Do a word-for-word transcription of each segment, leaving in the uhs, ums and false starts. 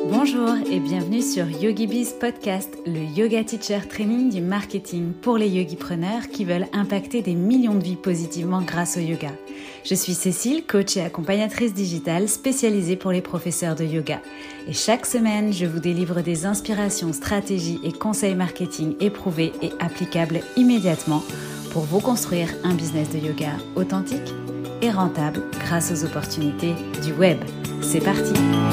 Bonjour et bienvenue sur YogiBiz Podcast, le yoga teacher training du marketing pour les yogipreneurs qui veulent impacter des millions de vies positivement grâce au yoga. Je suis Cécile, coach et accompagnatrice digitale spécialisée pour les professeurs de yoga. Et chaque semaine, je vous délivre des inspirations, stratégies et conseils marketing éprouvés et applicables immédiatement pour vous construire un business de yoga authentique et rentable grâce aux opportunités du web. C'est parti!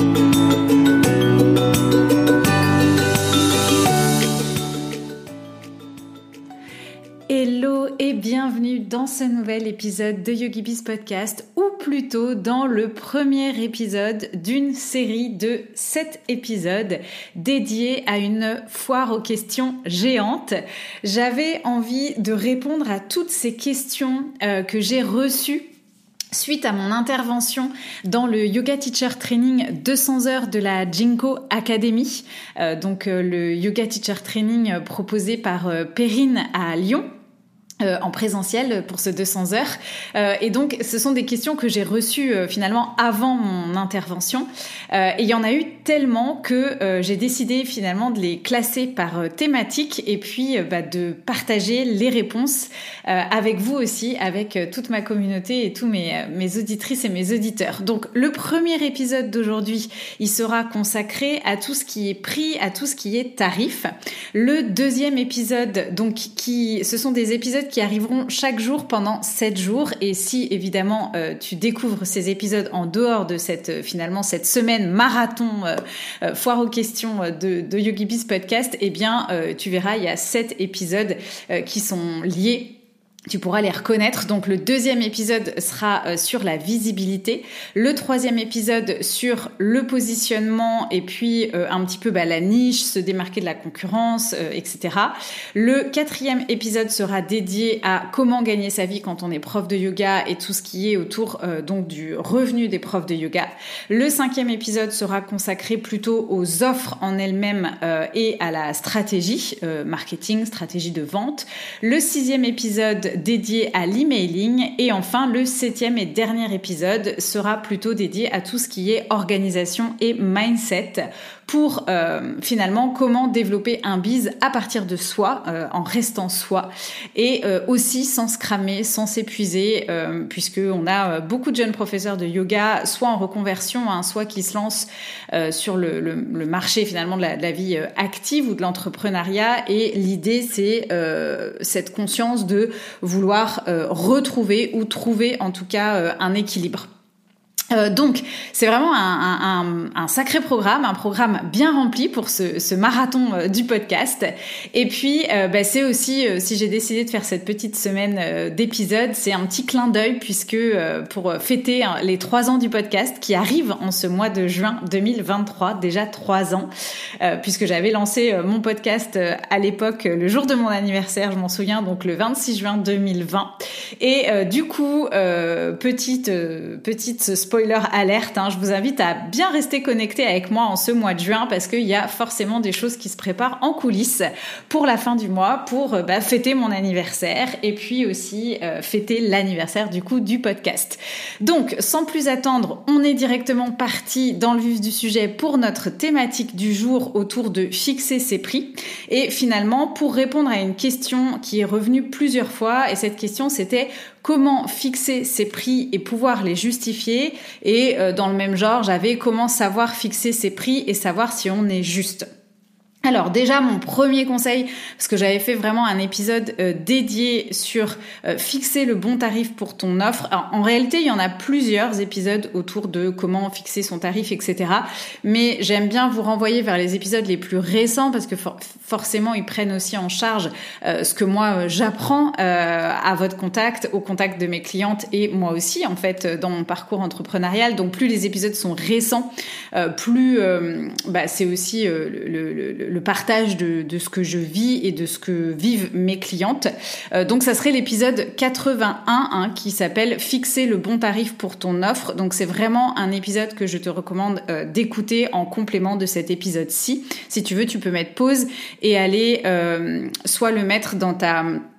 Hello et bienvenue dans ce nouvel épisode de YogiBiz Podcast, ou plutôt dans le premier épisode d'une série de sept épisodes dédiés à une foire aux questions géantes. J'avais envie de répondre à toutes ces questions euh, que j'ai reçues suite à mon intervention dans le Yoga Teacher Training deux cents heures de la Jinko Academy, euh, donc euh, le Yoga Teacher Training proposé par euh, Perrine à Lyon. Euh, en présentiel pour ce deux cents heures. Euh, et donc, ce sont des questions que j'ai reçues euh, finalement avant mon intervention. Euh, et il y en a eu tellement que euh, j'ai décidé finalement de les classer par euh, thématique et puis euh, bah, de partager les réponses euh, avec vous aussi, avec euh, toute ma communauté et tous mes, euh, mes auditrices et mes auditeurs. Donc, le premier épisode d'aujourd'hui, il sera consacré à tout ce qui est prix, à tout ce qui est tarif. Le deuxième épisode, donc, qui, ce sont des épisodes qui arriveront chaque jour pendant sept jours. Et si évidemment euh, tu découvres ces épisodes en dehors de cette euh, finalement cette semaine marathon euh, euh, foire aux questions de, de YogiBiz Podcast, eh bien euh, tu verras, il y a sept épisodes euh, qui sont liés. Tu pourras les reconnaître. Donc, le deuxième épisode sera euh, sur la visibilité. Le troisième épisode sur le positionnement et puis euh, un petit peu bah, la niche, se démarquer de la concurrence, euh, et cetera. Le quatrième épisode sera dédié à comment gagner sa vie quand on est prof de yoga et tout ce qui est autour euh, donc du revenu des profs de yoga. Le cinquième épisode sera consacré plutôt aux offres en elles-mêmes euh, et à la stratégie euh, marketing, stratégie de vente. Le sixième épisode dédié à l'emailing, et enfin le septième et dernier épisode sera plutôt dédié à tout ce qui est organisation et mindset pour euh, finalement comment développer un biz à partir de soi, euh, en restant soi, et euh, aussi sans se cramer, sans s'épuiser, euh, puisque on a beaucoup de jeunes professeurs de yoga, soit en reconversion, hein, soit qui se lancent euh, sur le, le, le marché finalement de la, de la vie active ou de l'entrepreneuriat, et l'idée c'est euh, cette conscience de vouloir euh, retrouver ou trouver en tout cas euh, un équilibre. Euh, donc, c'est vraiment un, un, un, un sacré programme, un programme bien rempli pour ce, ce marathon euh, du podcast. Et puis, euh, bah, c'est aussi, euh, si j'ai décidé de faire cette petite semaine euh, d'épisodes, c'est un petit clin d'œil puisque euh, pour fêter hein, les trois ans du podcast qui arrivent en ce mois de juin deux mille vingt-trois, déjà trois ans, euh, puisque j'avais lancé euh, mon podcast euh, à l'époque, le jour de mon anniversaire, je m'en souviens, donc le vingt-six juin deux mille vingt. Et euh, du coup, euh, petite, euh, petite spoiler alerte, hein, je vous invite à bien rester connecté avec moi en ce mois de juin parce qu'il y a forcément des choses qui se préparent en coulisses pour la fin du mois, pour bah, fêter mon anniversaire et puis aussi euh, fêter l'anniversaire du coup du podcast. Donc, sans plus attendre, on est directement parti dans le vif du sujet pour notre thématique du jour autour de fixer ses prix. Et finalement, pour répondre à une question qui est revenue plusieurs fois, et cette question c'était comment fixer ses prix et pouvoir les justifier. Et euh, dans le même genre, j'avais comment savoir fixer ses prix et savoir si on est juste. Alors déjà, mon premier conseil, parce que j'avais fait vraiment un épisode euh, dédié sur euh, fixer le bon tarif pour ton offre. Alors, en réalité, il y en a plusieurs épisodes autour de comment fixer son tarif, et cetera. Mais j'aime bien vous renvoyer vers les épisodes les plus récents parce que for- forcément, ils prennent aussi en charge euh, ce que moi, euh, j'apprends euh, à votre contact, au contact de mes clientes et moi aussi, en fait, dans mon parcours entrepreneurial. Donc, plus les épisodes sont récents, euh, plus euh, bah, c'est aussi euh, le, le, le le partage de, de ce que je vis et de ce que vivent mes clientes. Euh, donc, ça serait l'épisode quatre-vingt-un hein, qui s'appelle « Fixer le bon tarif pour ton offre ». Donc, c'est vraiment un épisode que je te recommande euh, d'écouter en complément de cet épisode-ci. Si tu veux, tu peux mettre pause et aller euh, soit le mettre dans ta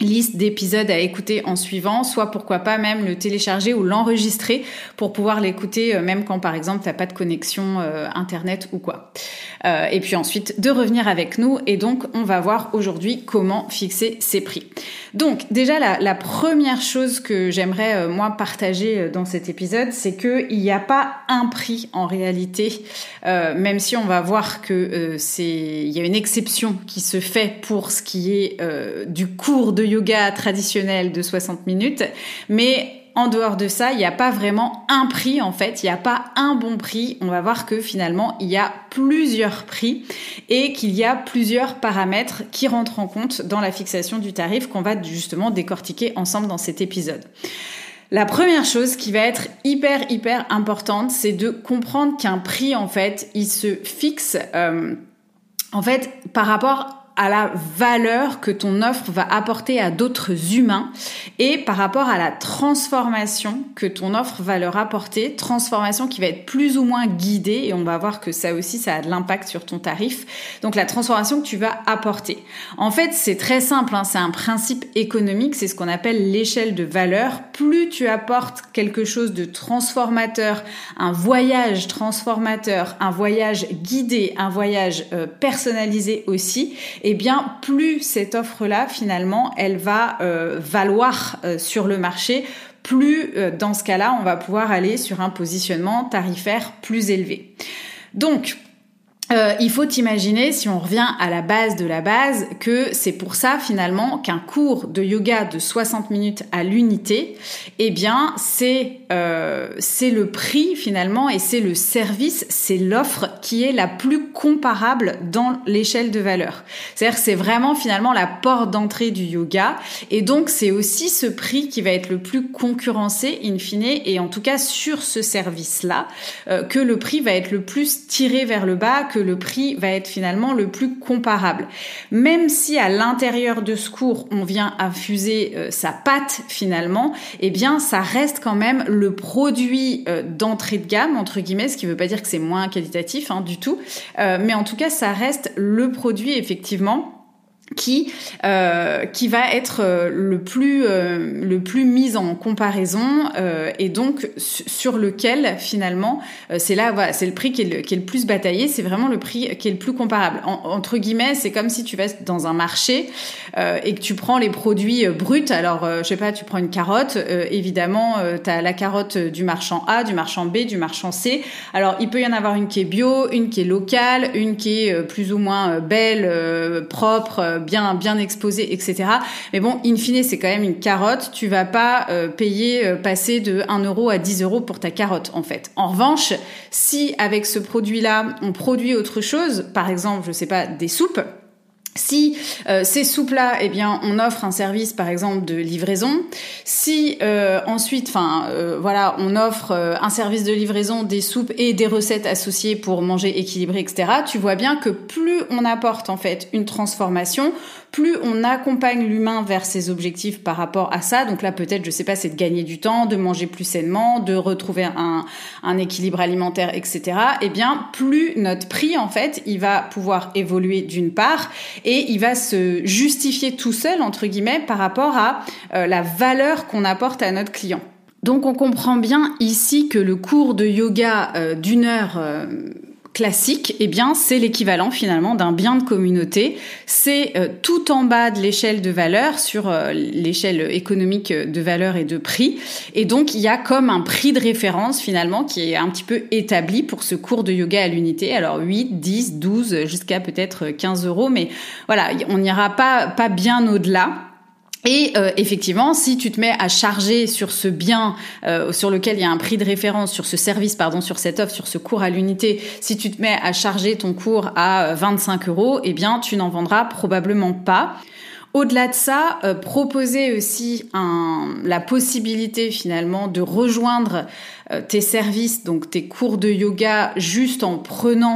liste d'épisodes à écouter en suivant, soit pourquoi pas même le télécharger ou l'enregistrer pour pouvoir l'écouter euh, même quand par exemple t'as pas de connexion euh, internet ou quoi. Euh, et puis ensuite de revenir avec nous et donc on va voir aujourd'hui comment fixer ses prix. Donc déjà la, la première chose que j'aimerais euh, moi partager dans cet épisode, c'est que il n'y a pas un prix en réalité, euh, même si on va voir que euh, c'est il y a une exception qui se fait pour ce qui est euh, du cours de yoga traditionnel de soixante minutes, mais en dehors de ça, il n'y a pas vraiment un prix en fait, il n'y a pas un bon prix. On va voir que finalement, il y a plusieurs prix et qu'il y a plusieurs paramètres qui rentrent en compte dans la fixation du tarif qu'on va justement décortiquer ensemble dans cet épisode. La première chose qui va être hyper hyper importante, c'est de comprendre qu'un prix en fait, il se fixe euh, en fait par rapport à la valeur que ton offre va apporter à d'autres humains et par rapport à la transformation que ton offre va leur apporter, transformation qui va être plus ou moins guidée et on va voir que ça aussi, ça a de l'impact sur ton tarif. Donc la transformation que tu vas apporter. En fait, c'est très simple, hein, c'est un principe économique, c'est ce qu'on appelle l'échelle de valeur. Plus tu apportes quelque chose de transformateur, un voyage transformateur, un voyage guidé, un voyage euh, personnalisé aussi, eh bien, plus cette offre-là, finalement, elle va euh, valoir euh, sur le marché, plus, euh, dans ce cas-là, on va pouvoir aller sur un positionnement tarifaire plus élevé. Donc, Euh, il faut imaginer, si on revient à la base de la base, que c'est pour ça finalement qu'un cours de yoga de soixante minutes à l'unité, eh bien c'est euh, c'est le prix finalement et c'est le service, c'est l'offre qui est la plus comparable dans l'échelle de valeur. C'est-à-dire que c'est vraiment finalement la porte d'entrée du yoga et donc c'est aussi ce prix qui va être le plus concurrencé in fine et en tout cas sur ce service-là euh, que le prix va être le plus tiré vers le bas, que le prix va être finalement le plus comparable. Même si à l'intérieur de ce cours, on vient infuser euh, sa patte finalement, eh bien, ça reste quand même le produit euh, d'entrée de gamme, entre guillemets, ce qui ne veut pas dire que c'est moins qualitatif hein, du tout, euh, mais en tout cas, ça reste le produit effectivement qui euh, qui va être euh, le plus euh, le plus mis en comparaison euh, et donc su- sur lequel finalement euh, c'est là voilà c'est le prix qui est le, qui est le plus bataillé, c'est vraiment le prix qui est le plus comparable en, entre guillemets. C'est comme si tu vas dans un marché euh, et que tu prends les produits euh, bruts. Alors euh, je sais pas, tu prends une carotte, euh, évidemment euh, tu as la carotte du marchand A, du marchand B, du marchand C. Alors il peut y en avoir une qui est bio, une qui est locale, une qui est euh, plus ou moins euh, belle, euh, propre, euh, bien bien exposé, et cetera. Mais bon, in fine, c'est quand même une carotte. Tu vas pas euh, payer, euh, passer de un euro à dix euros pour ta carotte, en fait. En revanche, si avec ce produit-là, on produit autre chose, par exemple, je sais pas, des soupes, si euh, ces soupes-là, eh bien, on offre un service, par exemple, de livraison. Si euh, ensuite, enfin, euh, voilà, on offre euh, un service de livraison, des soupes et des recettes associées pour manger équilibré, et cetera. Tu vois bien que plus on apporte en fait une transformation, plus on accompagne l'humain vers ses objectifs par rapport à ça. Donc là, peut-être, je sais pas, c'est de gagner du temps, de manger plus sainement, de retrouver un, un équilibre alimentaire, et cetera. Eh bien, plus notre prix, en fait, il va pouvoir évoluer d'une part. Et il va se justifier tout seul, entre guillemets, par rapport à euh, la valeur qu'on apporte à notre client. Donc on comprend bien ici que le cours de yoga euh, d'une heure euh, classique, eh bien c'est l'équivalent finalement d'un bien de communauté. C'est euh, tout en bas de l'échelle de valeur, sur euh, l'échelle économique de valeur et de prix. Et donc il y a comme un prix de référence finalement qui est un petit peu établi pour ce cours de yoga à l'unité. Alors huit, dix, douze, jusqu'à peut-être quinze euros. Mais voilà, on n'ira pas, pas bien au-delà. Et euh, effectivement, si tu te mets à charger sur ce bien euh, sur lequel il y a un prix de référence, sur ce service, pardon, sur cette offre, sur ce cours à l'unité, si tu te mets à charger ton cours à vingt-cinq euros, eh bien, tu n'en vendras probablement pas. Au-delà de ça, euh, proposer aussi un, la possibilité finalement de rejoindre euh, tes services, donc tes cours de yoga, juste en prenant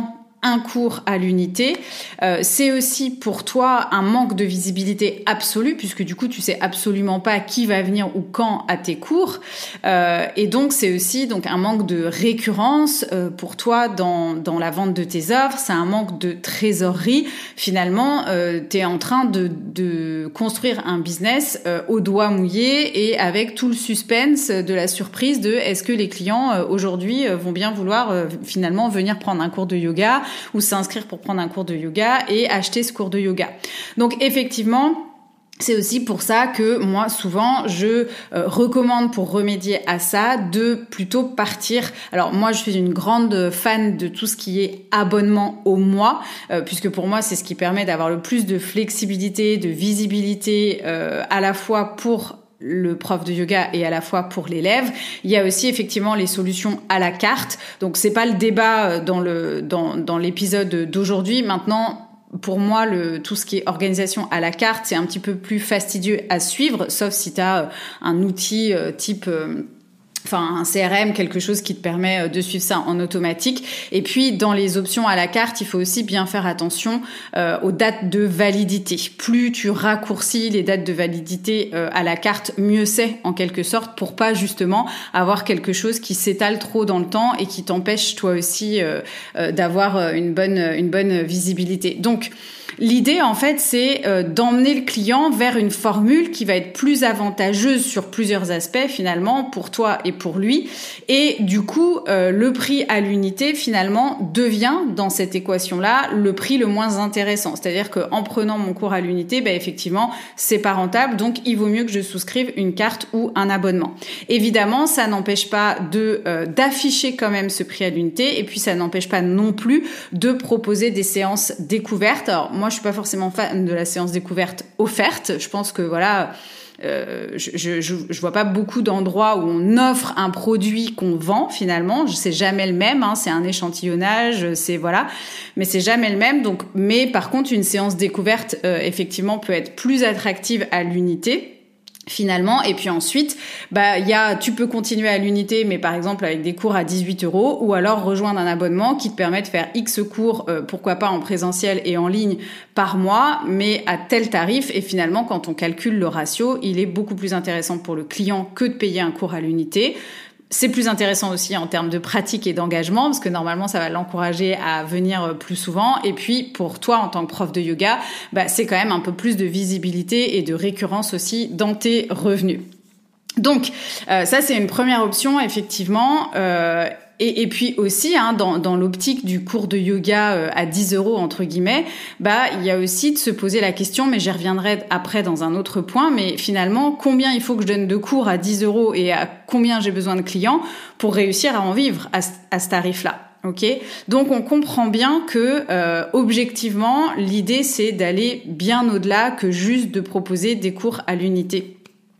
un cours à l'unité. Euh, c'est aussi pour toi un manque de visibilité absolue, puisque du coup tu sais absolument pas qui va venir ou quand à tes cours. Euh, et donc c'est aussi donc un manque de récurrence euh, pour toi dans dans la vente de tes offres. C'est un manque de trésorerie. Finalement, euh, tu es en train de de construire un business euh, au doigt mouillé et avec tout le suspense de la surprise de est-ce que les clients euh, aujourd'hui euh, vont bien vouloir euh, finalement venir prendre un cours de yoga ou s'inscrire pour prendre un cours de yoga et acheter ce cours de yoga. Donc effectivement, c'est aussi pour ça que moi, souvent, je euh, recommande pour remédier à ça de plutôt partir. Alors moi, je suis une grande fan de tout ce qui est abonnement au mois, euh, puisque pour moi, c'est ce qui permet d'avoir le plus de flexibilité, de visibilité, euh, à la fois pour le prof de yoga et à la fois pour l'élève. Il y a aussi effectivement les solutions à la carte. Donc c'est pas le débat dans le dans dans l'épisode d'aujourd'hui. Maintenant, pour moi, le tout ce qui est organisation à la carte, c'est un petit peu plus fastidieux à suivre, sauf si tu as un outil euh, type euh, enfin un C R M, quelque chose qui te permet de suivre ça en automatique. Et puis dans les options à la carte, il faut aussi bien faire attention euh, aux dates de validité. Plus tu raccourcis les dates de validité euh, à la carte, mieux c'est en quelque sorte, pour pas justement avoir quelque chose qui s'étale trop dans le temps et qui t'empêche toi aussi euh, euh, d'avoir une bonne une bonne visibilité. Donc l'idée, en fait, c'est euh, d'emmener le client vers une formule qui va être plus avantageuse sur plusieurs aspects, finalement, pour toi et pour lui. Et du coup, euh, le prix à l'unité, finalement, devient, dans cette équation-là, le prix le moins intéressant. C'est-à-dire qu'en prenant mon cours à l'unité, bah, effectivement, c'est pas rentable. Donc, il vaut mieux que je souscrive une carte ou un abonnement. Évidemment, ça n'empêche pas de euh, d'afficher quand même ce prix à l'unité. Et puis, ça n'empêche pas non plus de proposer des séances découvertes. Alors, moi, je suis pas forcément fan de la séance découverte offerte. Je pense que voilà, euh, je, je, je vois pas beaucoup d'endroits où on offre un produit qu'on vend finalement. C'est jamais le même. Hein, c'est un échantillonnage, c'est voilà, mais c'est jamais le même. Donc, mais par contre, une séance découverte euh, effectivement peut être plus attractive à l'unité. Finalement, et puis ensuite, bah, il y a, tu peux continuer à l'unité, mais par exemple avec des cours à dix-huit euros, ou alors rejoindre un abonnement qui te permet de faire X cours, euh, pourquoi pas en présentiel et en ligne par mois, mais à tel tarif. Et finalement, quand on calcule le ratio, il est beaucoup plus intéressant pour le client que de payer un cours à l'unité. C'est plus intéressant aussi en termes de pratique et d'engagement, parce que normalement, ça va l'encourager à venir plus souvent. Et puis, pour toi, en tant que prof de yoga, bah, c'est quand même un peu plus de visibilité et de récurrence aussi dans tes revenus. Donc, euh, ça, c'est une première option, effectivement. Euh, Et, et puis aussi, hein, dans, dans l'optique du cours de yoga euh, à dix euros entre guillemets, bah il y a aussi de se poser la question, mais j'y reviendrai après dans un autre point. Mais finalement, combien il faut que je donne de cours à dix euros et à combien j'ai besoin de clients pour réussir à en vivre à, à ce tarif-là. Ok, donc on comprend bien que euh, objectivement, l'idée c'est d'aller bien au-delà que juste de proposer des cours à l'unité.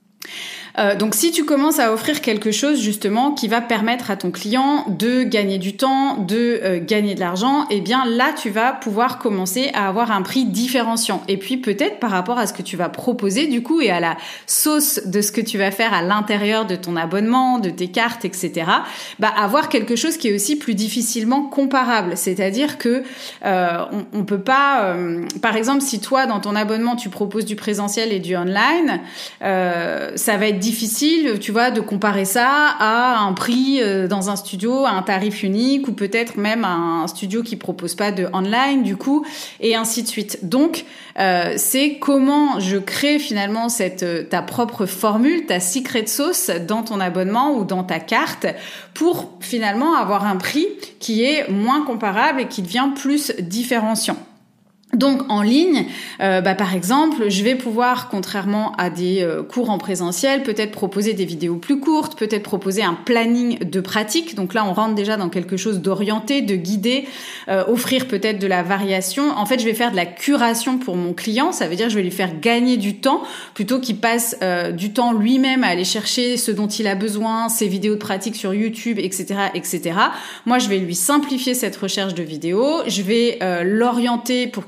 Euh, donc si tu commences à offrir quelque chose justement qui va permettre à ton client de gagner du temps, de euh, gagner de l'argent, eh bien là tu vas pouvoir commencer à avoir un prix différenciant. Et puis peut-être par rapport à ce que tu vas proposer du coup et à la sauce de ce que tu vas faire à l'intérieur de ton abonnement, de tes cartes, et cetera. Bah avoir quelque chose qui est aussi plus difficilement comparable. C'est-à-dire que euh, on, on peut pas, euh, par exemple si toi dans ton abonnement tu proposes du présentiel et du online, euh, ça va être difficile, tu vois, de comparer ça à un prix euh, dans un studio, à un tarif unique ou peut-être même à un studio qui propose pas de online du coup et ainsi de suite. Donc euh, c'est comment je crée finalement cette ta propre formule, ta secret sauce dans ton abonnement ou dans ta carte pour finalement avoir un prix qui est moins comparable et qui devient plus différenciant. Donc en ligne, euh, bah, par exemple, je vais pouvoir, contrairement à des euh, cours en présentiel, peut-être proposer des vidéos plus courtes, peut-être proposer un planning de pratique. Donc là, on rentre déjà dans quelque chose d'orienté, de guidé, euh, offrir peut-être de la variation. En fait, je vais faire de la curation pour mon client. Ça veut dire que je vais lui faire gagner du temps plutôt qu'il passe euh, du temps lui-même à aller chercher ce dont il a besoin, ses vidéos de pratique sur YouTube, et cetera, et cetera. Moi, je vais lui simplifier cette recherche de vidéos. Je vais euh, l'orienter pour qu'il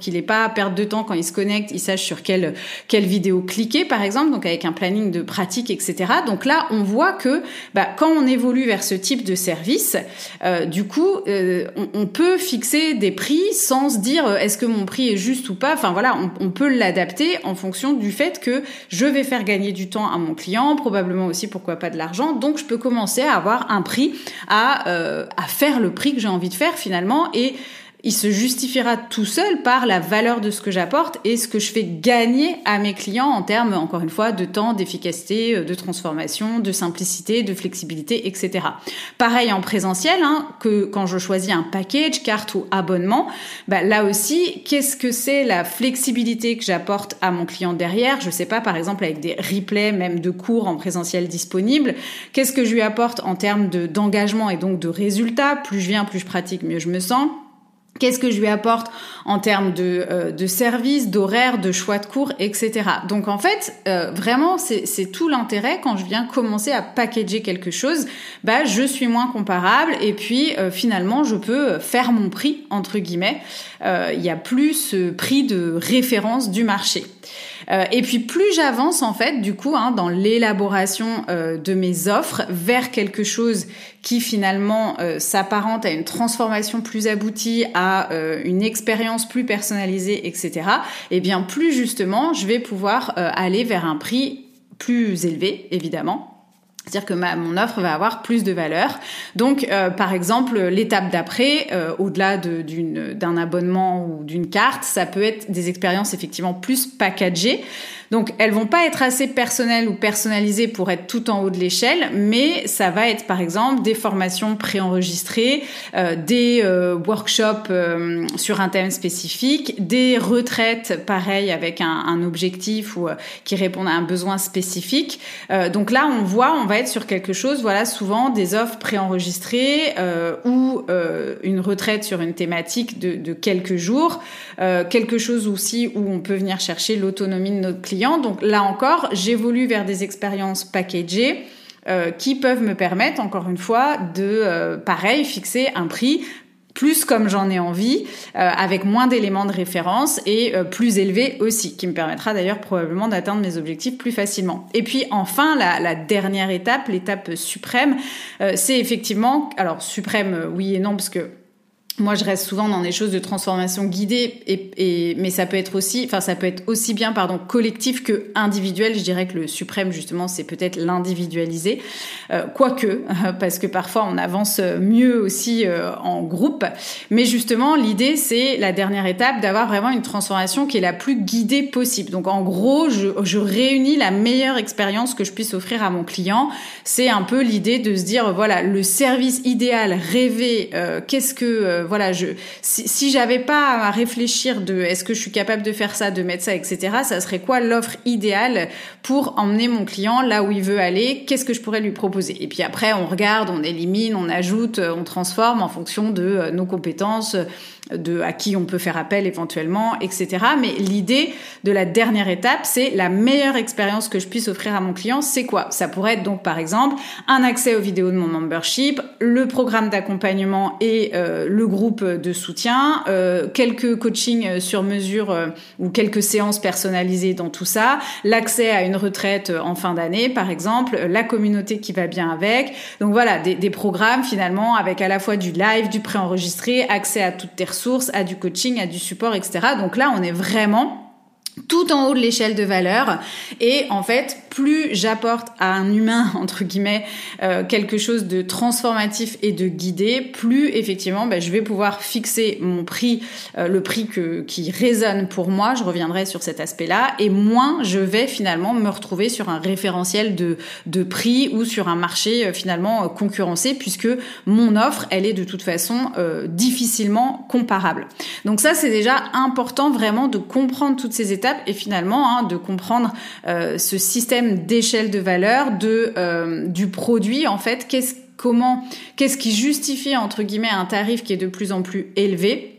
qu'il n'ait pas à perdre de temps quand il se connecte, il sache sur quelle, quelle vidéo cliquer, par exemple, donc avec un planning de pratique, et cetera. Donc là, on voit que bah, quand on évolue vers ce type de service, euh, du coup, euh, on, on peut fixer des prix sans se dire euh, est-ce que mon prix est juste ou pas. Enfin voilà, on, on peut l'adapter en fonction du fait que je vais faire gagner du temps à mon client, probablement aussi, pourquoi pas, de l'argent. Donc, je peux commencer à avoir un prix, à, euh, à faire le prix que j'ai envie de faire finalement, et il se justifiera tout seul par la valeur de ce que j'apporte et ce que je fais gagner à mes clients en termes, encore une fois, de temps, d'efficacité, de transformation, de simplicité, de flexibilité, et cetera. Pareil en présentiel, hein, que quand je choisis un package, carte ou abonnement, bah, là aussi, qu'est-ce que c'est la flexibilité que j'apporte à mon client derrière? Je sais pas, par exemple, avec des replays, même de cours en présentiel disponibles, qu'est-ce que je lui apporte en termes de, d'engagement et donc de résultats? Plus je viens, plus je pratique, mieux je me sens. Qu'est-ce que je lui apporte en termes de, euh, de services, d'horaires, de choix de cours, et cetera. Donc en fait, euh, vraiment, c'est, c'est tout l'intérêt quand je viens commencer à packager quelque chose. Bah, je suis moins comparable et puis euh, finalement, je peux faire mon prix entre guillemets. Euh, il y a plus ce prix de référence du marché. Euh, et puis plus j'avance en fait, du coup, hein, dans l'élaboration euh, de mes offres vers quelque chose qui finalement euh, s'apparente à une transformation plus aboutie, à euh, une expérience plus personnalisée, et cetera. Et bien plus justement, je vais pouvoir euh, aller vers un prix plus élevé, évidemment. C'est-à-dire que ma, mon offre va avoir plus de valeur. Donc, euh, par exemple, l'étape d'après, euh, au-delà de, d'une, d'un abonnement ou d'une carte, ça peut être des expériences effectivement plus packagées. Donc, elles vont pas être assez personnelles ou personnalisées pour être tout en haut de l'échelle, mais ça va être, par exemple, des formations préenregistrées, euh, des euh, workshops euh, sur un thème spécifique, des retraites, pareil, avec un, un objectif ou euh, qui répondent à un besoin spécifique. Euh, donc là, on voit, on va être sur quelque chose, voilà, souvent des offres préenregistrées euh, ou euh, une retraite sur une thématique de, de quelques jours, euh, quelque chose aussi où on peut venir chercher l'autonomie de notre client. Donc là encore, j'évolue vers des expériences packagées euh, qui peuvent me permettre, encore une fois, de, euh, pareil, fixer un prix plus comme j'en ai envie, euh, avec moins d'éléments de référence et euh, plus élevé aussi, qui me permettra d'ailleurs probablement d'atteindre mes objectifs plus facilement. Et puis enfin, la, la dernière étape, l'étape suprême, euh, c'est effectivement, alors suprême, euh, oui et non, parce que moi, je reste souvent dans des choses de transformation guidée, et, et, mais ça peut être aussi, enfin, ça peut être aussi bien, pardon, collectif que individuel. Je dirais que le suprême, justement, c'est peut-être l'individualisé. Euh, quoique, parce que parfois, on avance mieux aussi euh, en groupe. Mais justement, l'idée, c'est la dernière étape d'avoir vraiment une transformation qui est la plus guidée possible. Donc, en gros, je, je réunis la meilleure expérience que je puisse offrir à mon client. C'est un peu l'idée de se dire, voilà, le service idéal, rêvé, euh, qu'est-ce que, euh, voilà, je, si, si j'avais pas à réfléchir de est-ce que je suis capable de faire ça, de mettre ça, et cetera, ça serait quoi l'offre idéale pour emmener mon client là où il veut aller? Qu'est-ce que je pourrais lui proposer? Et puis après, on regarde, on élimine, on ajoute, on transforme en fonction de nos compétences, de à qui on peut faire appel éventuellement, et cetera. Mais l'idée de la dernière étape, c'est la meilleure expérience que je puisse offrir à mon client. C'est quoi? Ça pourrait être donc, par exemple, un accès aux vidéos de mon membership, le programme d'accompagnement et euh, le groupe de soutien, euh, quelques coachings sur mesure euh, ou quelques séances personnalisées dans tout ça, l'accès à une retraite en fin d'année, par exemple, la communauté qui va bien avec. Donc voilà, des, des programmes finalement avec à la fois du live, du préenregistré, accès à toutes tes ressources, à du coaching, à du support, et cetera. Donc là, on est vraiment tout en haut de l'échelle de valeur. Et en fait, plus j'apporte à un humain, entre guillemets, euh, quelque chose de transformatif et de guidé, plus effectivement, bah, je vais pouvoir fixer mon prix, euh, le prix que, qui résonne pour moi, je reviendrai sur cet aspect-là, et moins je vais finalement me retrouver sur un référentiel de, de prix ou sur un marché euh, finalement euh, concurrencé, puisque mon offre, elle est de toute façon euh, difficilement comparable. Donc ça, c'est déjà important vraiment de comprendre toutes ces étapes et finalement hein, de comprendre euh, ce système d'échelle de valeur de euh, du produit en fait. Qu'est-ce comment qu'est-ce qui justifie entre guillemets un tarif qui est de plus en plus élevé?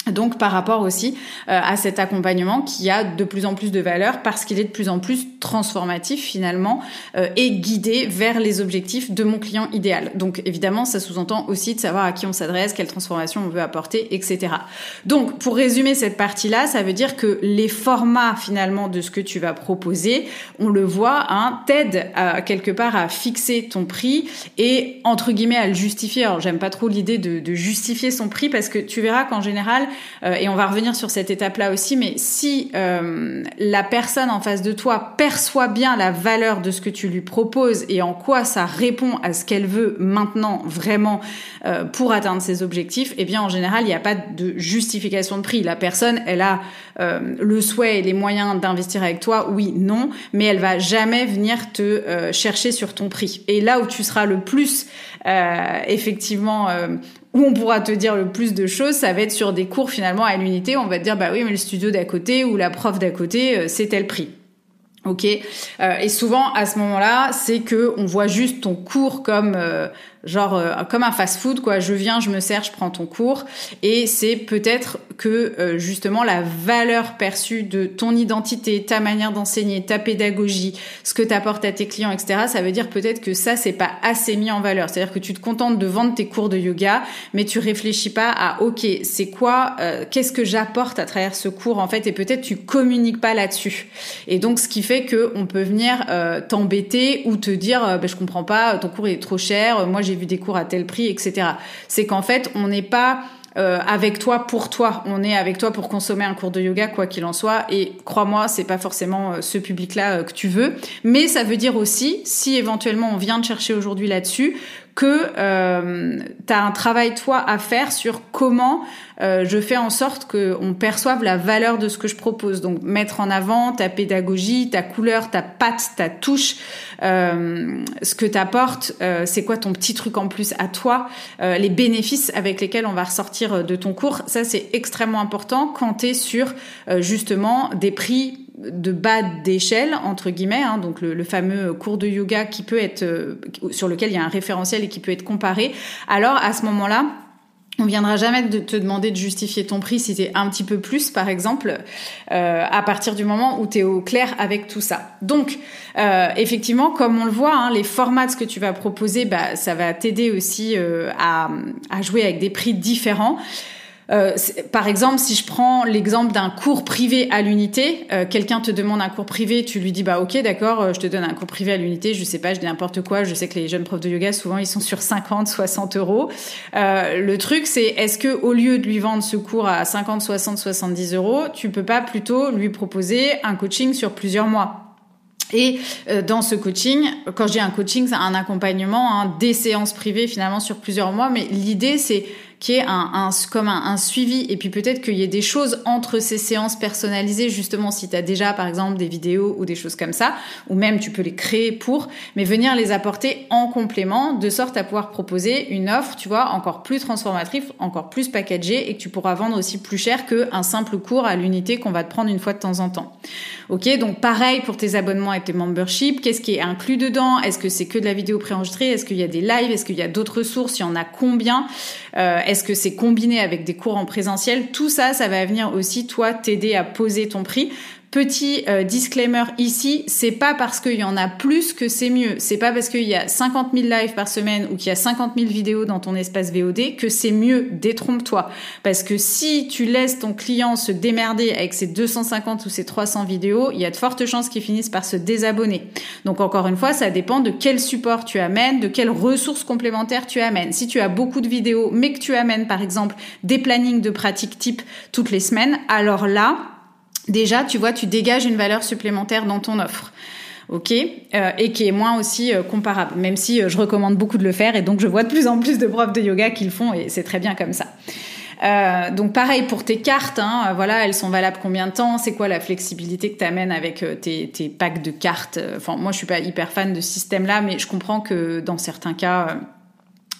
Donc par rapport aussi euh, à cet accompagnement qui a de plus en plus de valeur parce qu'il est de plus en plus transformatif finalement euh, et guidé vers les objectifs de mon client idéal. Donc évidemment ça sous-entend aussi de savoir à qui on s'adresse, quelle transformation on veut apporter, et cetera. Donc pour résumer cette partie-là, ça veut dire que les formats finalement de ce que tu vas proposer, on le voit, hein, t'aident à, quelque part à fixer ton prix et entre guillemets à le justifier. Alors j'aime pas trop l'idée de, de justifier son prix parce que tu verras qu'en général Euh, et on va revenir sur cette étape-là aussi, mais si euh, la personne en face de toi perçoit bien la valeur de ce que tu lui proposes et en quoi ça répond à ce qu'elle veut maintenant vraiment euh, pour atteindre ses objectifs, eh bien en général, il n'y a pas de justification de prix. La personne, elle a euh, le souhait et les moyens d'investir avec toi, oui, non, mais elle va jamais venir te euh, chercher sur ton prix. Et là où tu seras le plus euh, effectivement... Euh, où on pourra te dire le plus de choses, ça va être sur des cours finalement à l'unité, on va te dire bah oui mais le studio d'à côté ou la prof d'à côté c'est tel prix. Ok, euh, et souvent à ce moment-là, c'est que on voit juste ton cours comme euh, genre euh, comme un fast-food quoi. Je viens, je me sers, je prends ton cours, et c'est peut-être que euh, justement la valeur perçue de ton identité, ta manière d'enseigner, ta pédagogie, ce que t'apportes à tes clients, et cetera. Ça veut dire peut-être que ça c'est pas assez mis en valeur. C'est-à-dire que tu te contentes de vendre tes cours de yoga, mais tu réfléchis pas à ok, c'est quoi, euh, qu'est-ce que j'apporte à travers ce cours en fait, et peut-être tu communiques pas là-dessus. Et donc ce qui fait que on peut venir euh, t'embêter ou te dire euh, bah, je comprends pas, ton cours est trop cher, moi j'ai vu des cours à tel prix, et cetera. C'est qu'en fait on n'est pas euh, avec toi pour toi, on est avec toi pour consommer un cours de yoga quoi qu'il en soit, et crois-moi c'est pas forcément euh, ce public-là euh, que tu veux, mais ça veut dire aussi si éventuellement on vient te chercher aujourd'hui là-dessus que euh, tu as un travail toi à faire sur comment euh, je fais en sorte qu'on perçoive la valeur de ce que je propose. Donc mettre en avant ta pédagogie, ta couleur, ta patte, ta touche, euh, ce que t'apportes, euh, c'est quoi ton petit truc en plus à toi, euh, les bénéfices avec lesquels on va ressortir de ton cours. Ça c'est extrêmement important quand t'es sur euh, justement des prix de bas d'échelle entre guillemets, hein, donc le, le fameux cours de yoga qui peut être euh, sur lequel il y a un référentiel et qui peut être comparé. Alors à ce moment-là, on viendra jamais de te demander de justifier ton prix si t'es un petit peu plus, par exemple, euh, à partir du moment où t'es au clair avec tout ça. Donc, euh, effectivement, comme on le voit, hein, les formats de ce que tu vas proposer, bah, ça va t'aider aussi euh, à, à jouer avec des prix différents. Euh, par exemple, si je prends l'exemple d'un cours privé à l'unité, euh, quelqu'un te demande un cours privé, tu lui dis bah ok d'accord, euh, je te donne un cours privé à l'unité, je sais pas, je dis n'importe quoi, je sais que les jeunes profs de yoga souvent ils sont sur cinquante, soixante euros. Euh, le truc c'est est-ce que au lieu de lui vendre ce cours à cinquante, soixante, soixante-dix euros, tu peux pas plutôt lui proposer un coaching sur plusieurs mois? Et euh, dans ce coaching, quand je dis un coaching, c'est un accompagnement, hein, des séances privées finalement sur plusieurs mois, mais l'idée c'est qu'il y ait un, un, comme un, un suivi et puis peut-être qu'il y ait des choses entre ces séances personnalisées, justement si tu as déjà par exemple des vidéos ou des choses comme ça, ou même tu peux les créer pour, mais venir les apporter en complément de sorte à pouvoir proposer une offre, tu vois, encore plus transformatrice, encore plus packagée et que tu pourras vendre aussi plus cher qu'un simple cours à l'unité qu'on va te prendre une fois de temps en temps. Ok, donc pareil pour tes abonnements et tes memberships, qu'est-ce qui est inclus dedans? Est-ce que c'est que de la vidéo préenregistrée? Est-ce qu'il y a des lives? Est-ce qu'il y a d'autres ressources? Il y en a combien? euh, Est-ce que c'est combiné avec des cours en présentiel? Tout ça, ça va venir aussi, toi, t'aider à poser ton prix. Petit euh, disclaimer ici, c'est pas parce qu'il y en a plus que c'est mieux. C'est pas parce qu'il y a cinquante mille lives par semaine ou qu'il y a cinquante mille vidéos dans ton espace V O D que c'est mieux. Détrompe-toi. Parce que si tu laisses ton client se démerder avec ses deux cent cinquante ou ses trois cents vidéos, il y a de fortes chances qu'il finisse par se désabonner. Donc encore une fois, ça dépend de quel support tu amènes, de quelles ressources complémentaires tu amènes. Si tu as beaucoup de vidéos, mais que tu amènes par exemple des plannings de pratique type toutes les semaines, alors là, déjà, tu vois, tu dégages une valeur supplémentaire dans ton offre, ok, euh, et qui est moins aussi euh, comparable, même si euh, je recommande beaucoup de le faire, et donc je vois de plus en plus de profs de yoga qui le font, et c'est très bien comme ça. Euh, donc pareil pour tes cartes, hein, euh, voilà, elles sont valables combien de temps? C'est quoi la flexibilité que tu amènes avec euh, tes, tes packs de cartes? Enfin, moi, je suis pas hyper fan de ce système-là, mais je comprends que dans certains cas... Euh,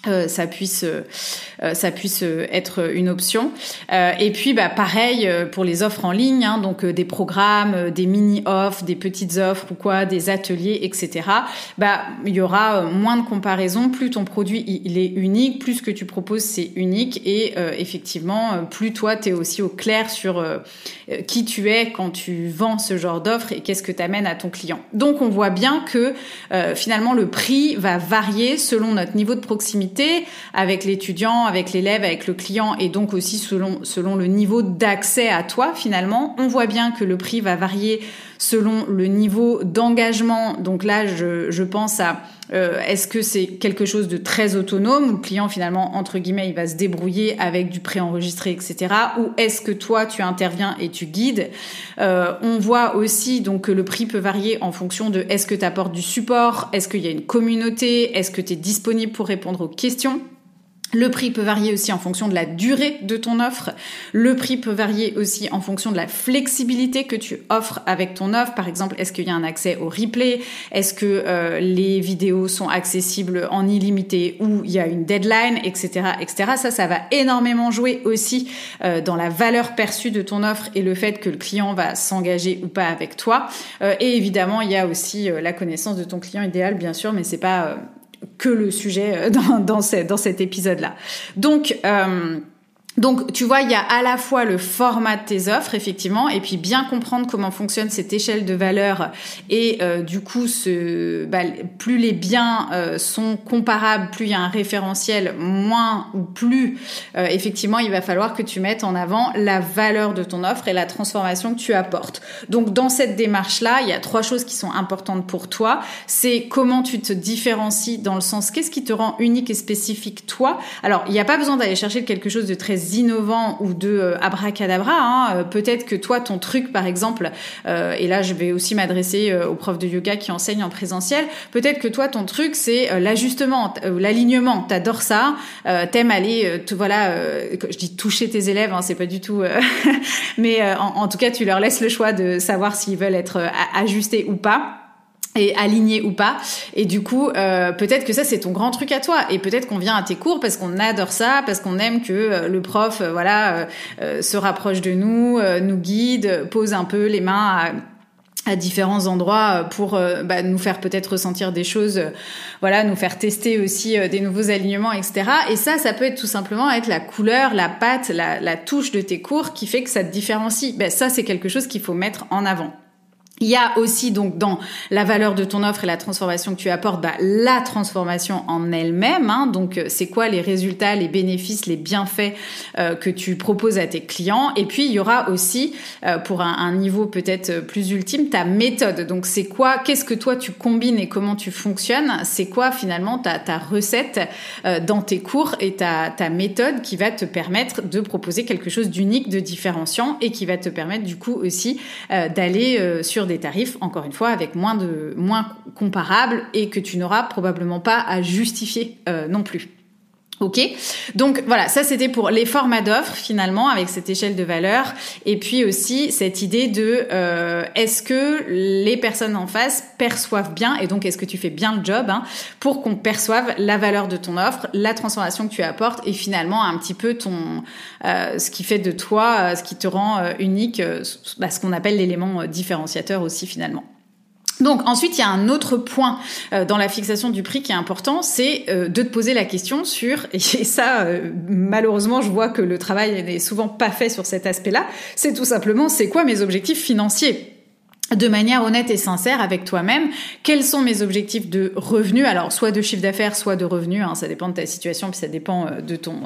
Euh, ça puisse euh, ça puisse être une option. Euh, et puis bah pareil euh, pour les offres en ligne, hein, donc euh, des programmes, euh, des mini offres, des petites offres ou quoi, des ateliers, et cetera. Bah il y aura euh, moins de comparaisons. Plus ton produit il, il est unique, plus ce que tu proposes c'est unique et euh, effectivement euh, plus toi t'es aussi au clair sur euh, qui tu es quand tu vends ce genre d'offre et qu'est-ce que t'amènes à ton client. Donc on voit bien que euh, finalement le prix va varier selon notre niveau de proximité avec l'étudiant, avec l'élève, avec le client et donc aussi selon, selon le niveau d'accès à toi finalement. On voit bien que le prix va varier selon le niveau d'engagement. Donc là, je, je pense à euh, est-ce que c'est quelque chose de très autonome où le client finalement, entre guillemets, il va se débrouiller avec du préenregistré, et cetera. Ou est-ce que toi, tu interviens et tu guides. Euh, on voit aussi donc que le prix peut varier en fonction de est-ce que tu apportes du support, est-ce qu'il y a une communauté, est-ce que tu es disponible pour répondre aux questions. Le prix peut varier aussi en fonction de la durée de ton offre. Le prix peut varier aussi en fonction de la flexibilité que tu offres avec ton offre. Par exemple, est-ce qu'il y a un accès au replay? Est-ce que euh, les vidéos sont accessibles en illimité ou il y a une deadline, et cetera, et cetera. Ça, ça va énormément jouer aussi euh, dans la valeur perçue de ton offre et le fait que le client va s'engager ou pas avec toi. Euh, et évidemment, il y a aussi euh, la connaissance de ton client idéal, bien sûr, mais c'est pas euh, que le sujet dans, dans, ce, dans cet épisode-là. Donc, euh, donc, tu vois, il y a à la fois le format de tes offres, effectivement, et puis bien comprendre comment fonctionne cette échelle de valeur. Et euh, du coup, ce, bah, plus les biens euh, sont comparables, plus il y a un référentiel, moins ou plus, euh, effectivement, il va falloir que tu mettes en avant la valeur de ton offre et la transformation que tu apportes. Donc, dans cette démarche-là, il y a trois choses qui sont importantes pour toi. C'est comment tu te différencies dans le sens, qu'est-ce qui te rend unique et spécifique toi. Alors, il n'y a pas besoin d'aller chercher quelque chose de très innovant ou de euh, abracadabra, hein. Euh, peut-être que toi ton truc par exemple euh, et là je vais aussi m'adresser euh, aux profs de yoga qui enseignent en présentiel, peut-être que toi ton truc c'est euh, l'ajustement, euh, l'alignement, t'adores ça, euh, t'aimes aller euh, tout, voilà euh, je dis toucher tes élèves, hein, c'est pas du tout euh, mais euh, en, en tout cas tu leur laisses le choix de savoir s'ils veulent être euh, ajustés ou pas et aligné ou pas, et du coup euh, peut-être que ça c'est ton grand truc à toi, et peut-être qu'on vient à tes cours parce qu'on adore ça, parce qu'on aime que euh, le prof euh, voilà euh, euh, se rapproche de nous, euh, nous guide, pose un peu les mains à à différents endroits pour euh, bah, nous faire peut-être ressentir des choses, euh, voilà, nous faire tester aussi euh, des nouveaux alignements, et cetera. Et ça, ça peut être tout simplement être la couleur, la patte, la, la touche de tes cours qui fait que ça te différencie. Ben, ça, c'est quelque chose qu'il faut mettre en avant. Il y a aussi donc dans la valeur de ton offre et la transformation que tu apportes, bah, la transformation en elle-même. Hein, donc c'est quoi les résultats, les bénéfices, les bienfaits euh, que tu proposes à tes clients. Et puis il y aura aussi euh, pour un, un niveau peut-être plus ultime ta méthode. Donc c'est quoi, qu'est-ce que toi tu combines et comment tu fonctionnes. C'est quoi finalement ta, ta recette euh, dans tes cours et ta, ta méthode qui va te permettre de proposer quelque chose d'unique, de différenciant et qui va te permettre du coup aussi euh, d'aller euh, sur des des tarifs, encore une fois, avec moins de moins comparables et que tu n'auras probablement pas à justifier euh, non plus. Ok, donc voilà, ça c'était pour les formats d'offres finalement avec cette échelle de valeur, et puis aussi cette idée de euh, est-ce que les personnes en face perçoivent bien, et donc est-ce que tu fais bien le job hein, pour qu'on perçoive la valeur de ton offre, la transformation que tu apportes et finalement un petit peu ton euh, ce qui fait de toi, euh, ce qui te rend euh, unique, euh, bah, ce qu'on appelle l'élément différenciateur aussi finalement. Donc ensuite, il y a un autre point euh, dans la fixation du prix qui est important, c'est euh, de te poser la question sur, et ça, euh, malheureusement, je vois que le travail n'est souvent pas fait sur cet aspect-là, c'est tout simplement, c'est quoi mes objectifs financiers ? De manière honnête et sincère avec toi-même, quels sont mes objectifs de revenus ? Alors, soit de chiffre d'affaires, soit de revenus, hein, ça dépend de ta situation, puis ça dépend euh, de ton...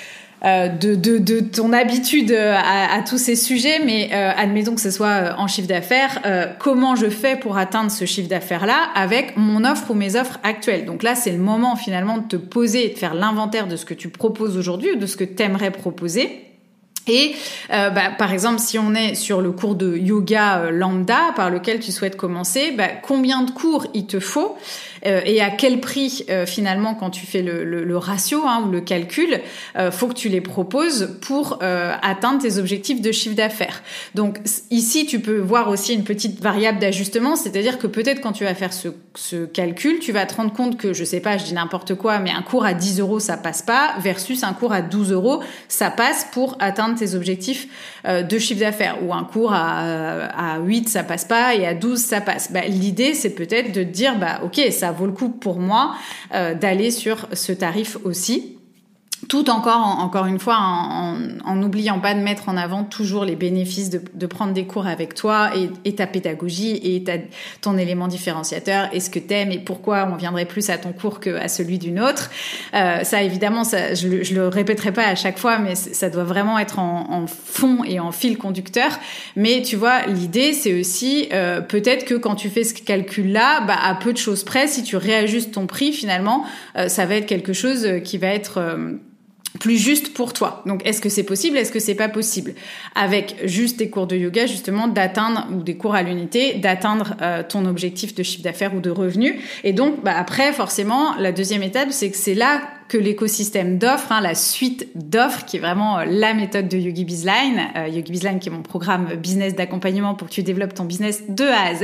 Euh, de, de, de ton habitude à, à tous ces sujets, mais euh, admettons que ce soit en chiffre d'affaires, euh, comment je fais pour atteindre ce chiffre d'affaires-là avec mon offre ou mes offres actuelles. Donc là, c'est le moment finalement de te poser et de faire l'inventaire de ce que tu proposes aujourd'hui ou de ce que tu aimerais proposer. Et euh, bah, par exemple, si on est sur le cours de yoga euh, lambda par lequel tu souhaites commencer, bah, combien de cours il te faut euh, et à quel prix euh, finalement quand tu fais le, le, le ratio hein, ou le calcul, euh, faut que tu les proposes pour euh, atteindre tes objectifs de chiffre d'affaires. Donc ici, tu peux voir aussi une petite variable d'ajustement, c'est-à-dire que peut-être quand tu vas faire ce, ce calcul, tu vas te rendre compte que, je sais pas, je dis n'importe quoi, mais un cours à dix euros, ça passe pas, versus un cours à douze euros, ça passe pour atteindre tes objectifs euh, de chiffre d'affaires, ou un cours à, à huit ça passe pas et à douze ça passe. Bah, l'idée c'est peut-être de te dire bah ok, ça vaut le coup pour moi euh, d'aller sur ce tarif aussi. Tout encore, en, encore une fois, en, en n'oubliant pas de mettre en avant toujours les bénéfices de, de prendre des cours avec toi et, et ta pédagogie et ta, ton élément différenciateur et ce que t'aimes et pourquoi on viendrait plus à ton cours qu'à celui d'une autre. Euh, ça, évidemment, ça, je, le, je le répéterai pas à chaque fois, mais ça doit vraiment être en, en fond et en fil conducteur. Mais tu vois, l'idée, c'est aussi euh, peut-être que quand tu fais ce calcul-là, bah, à peu de choses près, si tu réajustes ton prix, finalement, euh, ça va être quelque chose qui va être euh, plus juste pour toi. Donc, est-ce que c'est possible? Est-ce que c'est pas possible? Avec juste des cours de yoga, justement, d'atteindre, ou des cours à l'unité, d'atteindre euh, ton objectif de chiffre d'affaires ou de revenus. Et donc, bah, après, forcément, la deuxième étape, c'est que c'est là que l'écosystème d'offres, hein, la suite d'offres, qui est vraiment euh, la méthode de Yogi Bizline, euh, Yogi Bizline qui est mon programme business d'accompagnement pour que tu développes ton business de A à Z,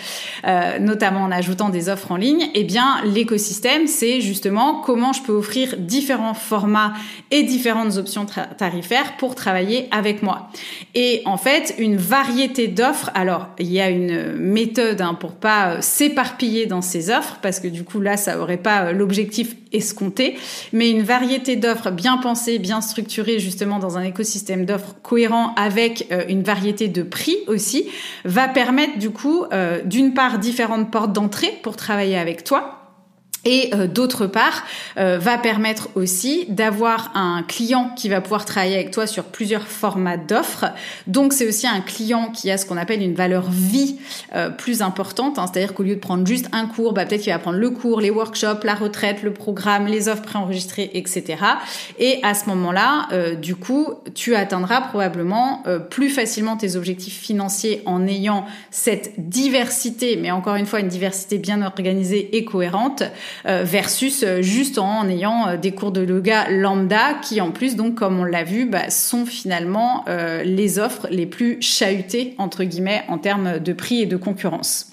euh, notamment en ajoutant des offres en ligne. Eh bien, l'écosystème, c'est justement comment je peux offrir différents formats et différentes options tra- tarifaires pour travailler avec moi. Et en fait, une variété d'offres. Alors, il y a une méthode hein, pour pas euh, s'éparpiller dans ces offres, parce que du coup là, ça aurait pas euh, l'objectif escompté. Mais une variété d'offres bien pensées, bien structurées, justement dans un écosystème d'offres cohérent avec euh, une variété de prix aussi, va permettre du coup, euh, d'une part, différentes portes d'entrée pour travailler avec toi. Et euh, d'autre part, euh, va permettre aussi d'avoir un client qui va pouvoir travailler avec toi sur plusieurs formats d'offres. Donc, c'est aussi un client qui a ce qu'on appelle une valeur vie euh, plus importante. Hein, c'est-à-dire qu'au lieu de prendre juste un cours, bah, peut-être qu'il va prendre le cours, les workshops, la retraite, le programme, les offres préenregistrées, et cetera. Et à ce moment-là, euh, du coup, tu atteindras probablement euh, plus facilement tes objectifs financiers en ayant cette diversité, mais encore une fois, une diversité bien organisée et cohérente, Euh, versus euh, juste en ayant euh, des cours de yoga lambda qui en plus donc comme on l'a vu bah, sont finalement euh, les offres les plus chahutées entre guillemets en termes de prix et de concurrence.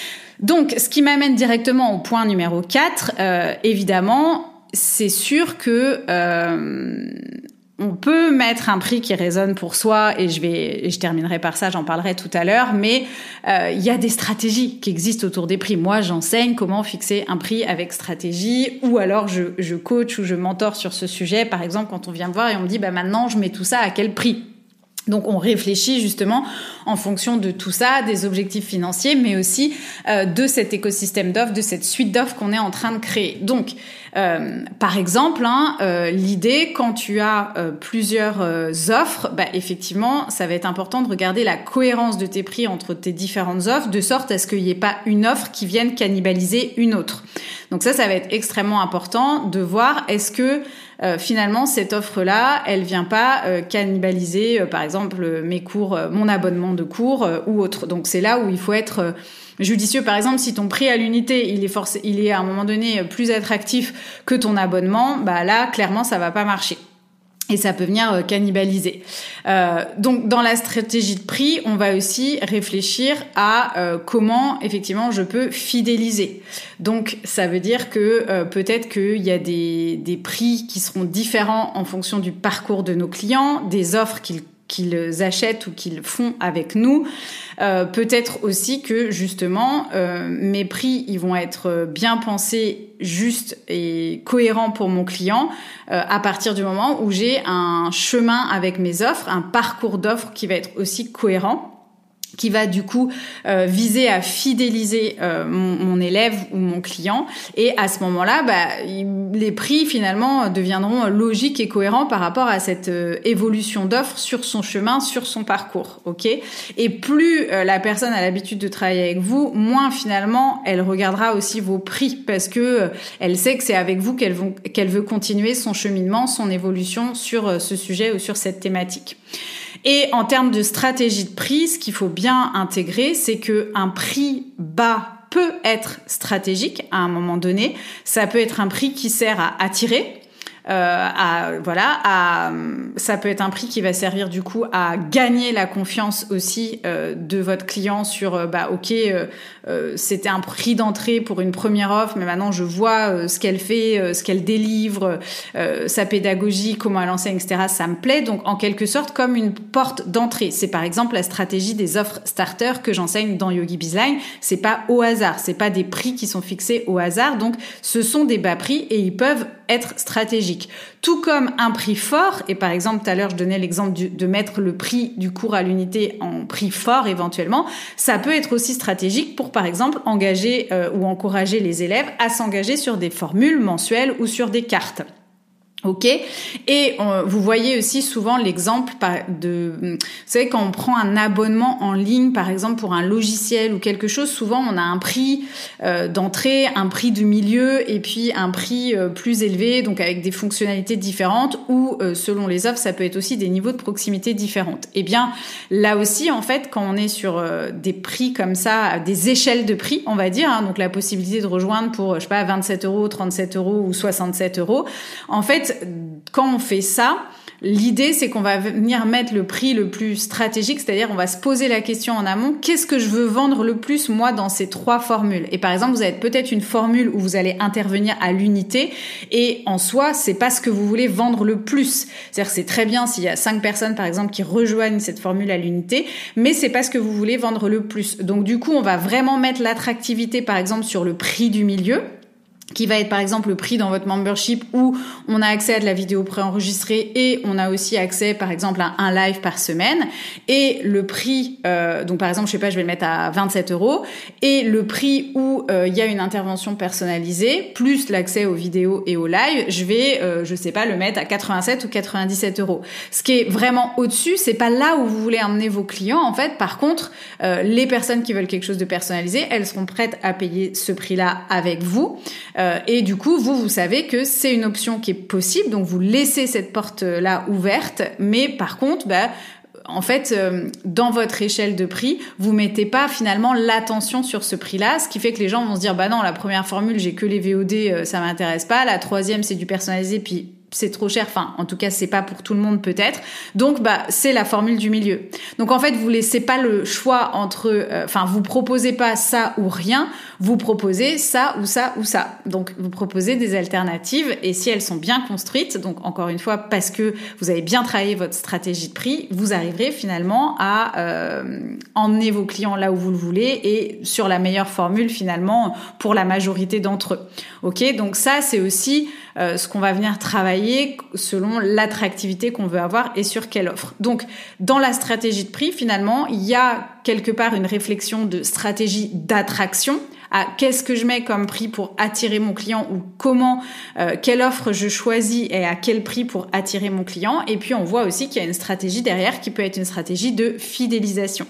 Donc ce qui m'amène directement au point numéro quatre, euh, évidemment c'est sûr que euh, on peut mettre un prix qui résonne pour soi et je vais, et je terminerai par ça, j'en parlerai tout à l'heure, mais euh, il y a des stratégies qui existent autour des prix. Moi, j'enseigne comment fixer un prix avec stratégie ou alors je, je coach ou je mentore sur ce sujet. Par exemple, quand on vient me voir et on me dit, bah maintenant, je mets tout ça à quel prix ? Donc, on réfléchit justement en fonction de tout ça, des objectifs financiers, mais aussi euh, de cet écosystème d'offres, de cette suite d'offres qu'on est en train de créer. Donc, euh, par exemple, hein, euh, l'idée, quand tu as euh, plusieurs euh, offres, bah, effectivement, ça va être important de regarder la cohérence de tes prix entre tes différentes offres, de sorte à ce qu'il n'y ait pas une offre qui vienne cannibaliser une autre. Donc ça, ça va être extrêmement important de voir est-ce que Euh, finalement, cette offre-là, elle vient pas euh, cannibaliser, euh, par exemple, euh, mes cours, euh, mon abonnement de cours euh, ou autre. Donc, c'est là où il faut être euh, judicieux. Par exemple, si ton prix à l'unité, il est forcé, il est à un moment donné plus attractif que ton abonnement, bah là, clairement, ça va pas marcher. Et ça peut venir euh, cannibaliser. Euh, donc, dans la stratégie de prix, on va aussi réfléchir à euh, comment, effectivement, je peux fidéliser. Donc, ça veut dire que euh, peut-être qu'il y a des, des prix qui seront différents en fonction du parcours de nos clients, des offres qu'ils qu'ils achètent ou qu'ils font avec nous. Euh, peut-être aussi que justement euh, mes prix ils vont être bien pensés, justes et cohérents pour mon client euh, à partir du moment où j'ai un chemin avec mes offres, un parcours d'offres qui va être aussi cohérent. qui va du coup euh, viser à fidéliser euh, mon, mon élève ou mon client. Et à ce moment-là, bah, il, les prix finalement deviendront logiques et cohérents par rapport à cette euh, évolution d'offre sur son chemin, sur son parcours. Ok. Et plus euh, la personne a l'habitude de travailler avec vous, moins finalement elle regardera aussi vos prix, parce que euh, elle sait que c'est avec vous qu'elle, vont, qu'elle veut continuer son cheminement, son évolution sur euh, ce sujet ou sur cette thématique. Et en termes de stratégie de prix, ce qu'il faut bien intégrer, c'est que un prix bas peut être stratégique à un moment donné. Ça peut être un prix qui sert à attirer. Euh, à, voilà, à, ça peut être un prix qui va servir du coup à gagner la confiance aussi euh, de votre client sur euh, bah ok euh, euh, c'était un prix d'entrée pour une première offre, mais maintenant je vois euh, ce qu'elle fait, euh, ce qu'elle délivre, euh, sa pédagogie, comment elle enseigne, et cetera. Ça me plaît, donc en quelque sorte comme une porte d'entrée. C'est par exemple la stratégie des offres starter que j'enseigne dans YogiBizLine. C'est pas au hasard, c'est pas des prix qui sont fixés au hasard, donc ce sont des bas prix et ils peuvent être stratégiques. Tout comme un prix fort, et par exemple tout à l'heure je donnais l'exemple du, de mettre le prix du cours à l'unité en prix fort éventuellement, ça peut être aussi stratégique pour par exemple engager euh, ou encourager les élèves à s'engager sur des formules mensuelles ou sur des cartes. Ok, et on, vous voyez aussi souvent l'exemple de, vous savez, quand on prend un abonnement en ligne, par exemple pour un logiciel ou quelque chose, souvent on a un prix euh, d'entrée, un prix du milieu et puis un prix euh, plus élevé, donc avec des fonctionnalités différentes ou euh, selon les offres, ça peut être aussi des niveaux de proximité différentes. Et bien là aussi, en fait, quand on est sur euh, des prix comme ça, des échelles de prix, on va dire, hein, donc la possibilité de rejoindre pour, je sais pas, vingt-sept euros, trente-sept euros ou soixante-sept euros, en fait, quand on fait ça, l'idée, c'est qu'on va venir mettre le prix le plus stratégique, c'est-à-dire on va se poser la question en amont, qu'est-ce que je veux vendre le plus, moi, dans ces trois formules? Et par exemple, vous avez peut-être une formule où vous allez intervenir à l'unité et en soi, c'est pas ce que vous voulez vendre le plus. C'est-à-dire c'est très bien s'il y a cinq personnes, par exemple, qui rejoignent cette formule à l'unité, mais c'est pas ce que vous voulez vendre le plus. Donc du coup, on va vraiment mettre l'attractivité, par exemple, sur le prix du milieu, qui va être par exemple le prix dans votre membership où on a accès à de la vidéo préenregistrée et on a aussi accès par exemple à un live par semaine, et le prix euh, donc par exemple je sais pas, je vais le mettre à vingt-sept euros, et le prix où il euh, y a une intervention personnalisée plus l'accès aux vidéos et aux lives, je vais euh, je sais pas le mettre à quatre-vingt-sept ou quatre-vingt-dix-sept euros. Ce qui est vraiment au-dessus, c'est pas là où vous voulez emmener vos clients en fait. Par contre euh, les personnes qui veulent quelque chose de personnalisé, elles seront prêtes à payer ce prix-là avec vous. Euh, et du coup, vous, vous savez que c'est une option qui est possible, donc vous laissez cette porte-là ouverte, mais par contre, bah, en fait, euh, dans votre échelle de prix, vous mettez pas finalement l'attention sur ce prix-là, ce qui fait que les gens vont se dire, bah non, la première formule, j'ai que les V O D, euh, ça m'intéresse pas, la troisième, c'est du personnalisé, puis c'est trop cher, enfin en tout cas c'est pas pour tout le monde peut-être, donc bah c'est la formule du milieu. Donc en fait vous laissez pas le choix entre, enfin euh, vous proposez pas ça ou rien, vous proposez ça ou ça ou ça, donc vous proposez des alternatives, et si elles sont bien construites, donc encore une fois parce que vous avez bien travaillé votre stratégie de prix, vous arriverez finalement à euh, emmener vos clients là où vous le voulez et sur la meilleure formule finalement pour la majorité d'entre eux. Ok, donc ça c'est aussi euh, ce qu'on va venir travailler selon l'attractivité qu'on veut avoir et sur quelle offre. Donc, dans la stratégie de prix, finalement, il y a quelque part une réflexion de stratégie d'attraction à qu'est-ce que je mets comme prix pour attirer mon client, ou comment, euh, quelle offre je choisis et à quel prix pour attirer mon client. Et puis, on voit aussi qu'il y a une stratégie derrière qui peut être une stratégie de fidélisation.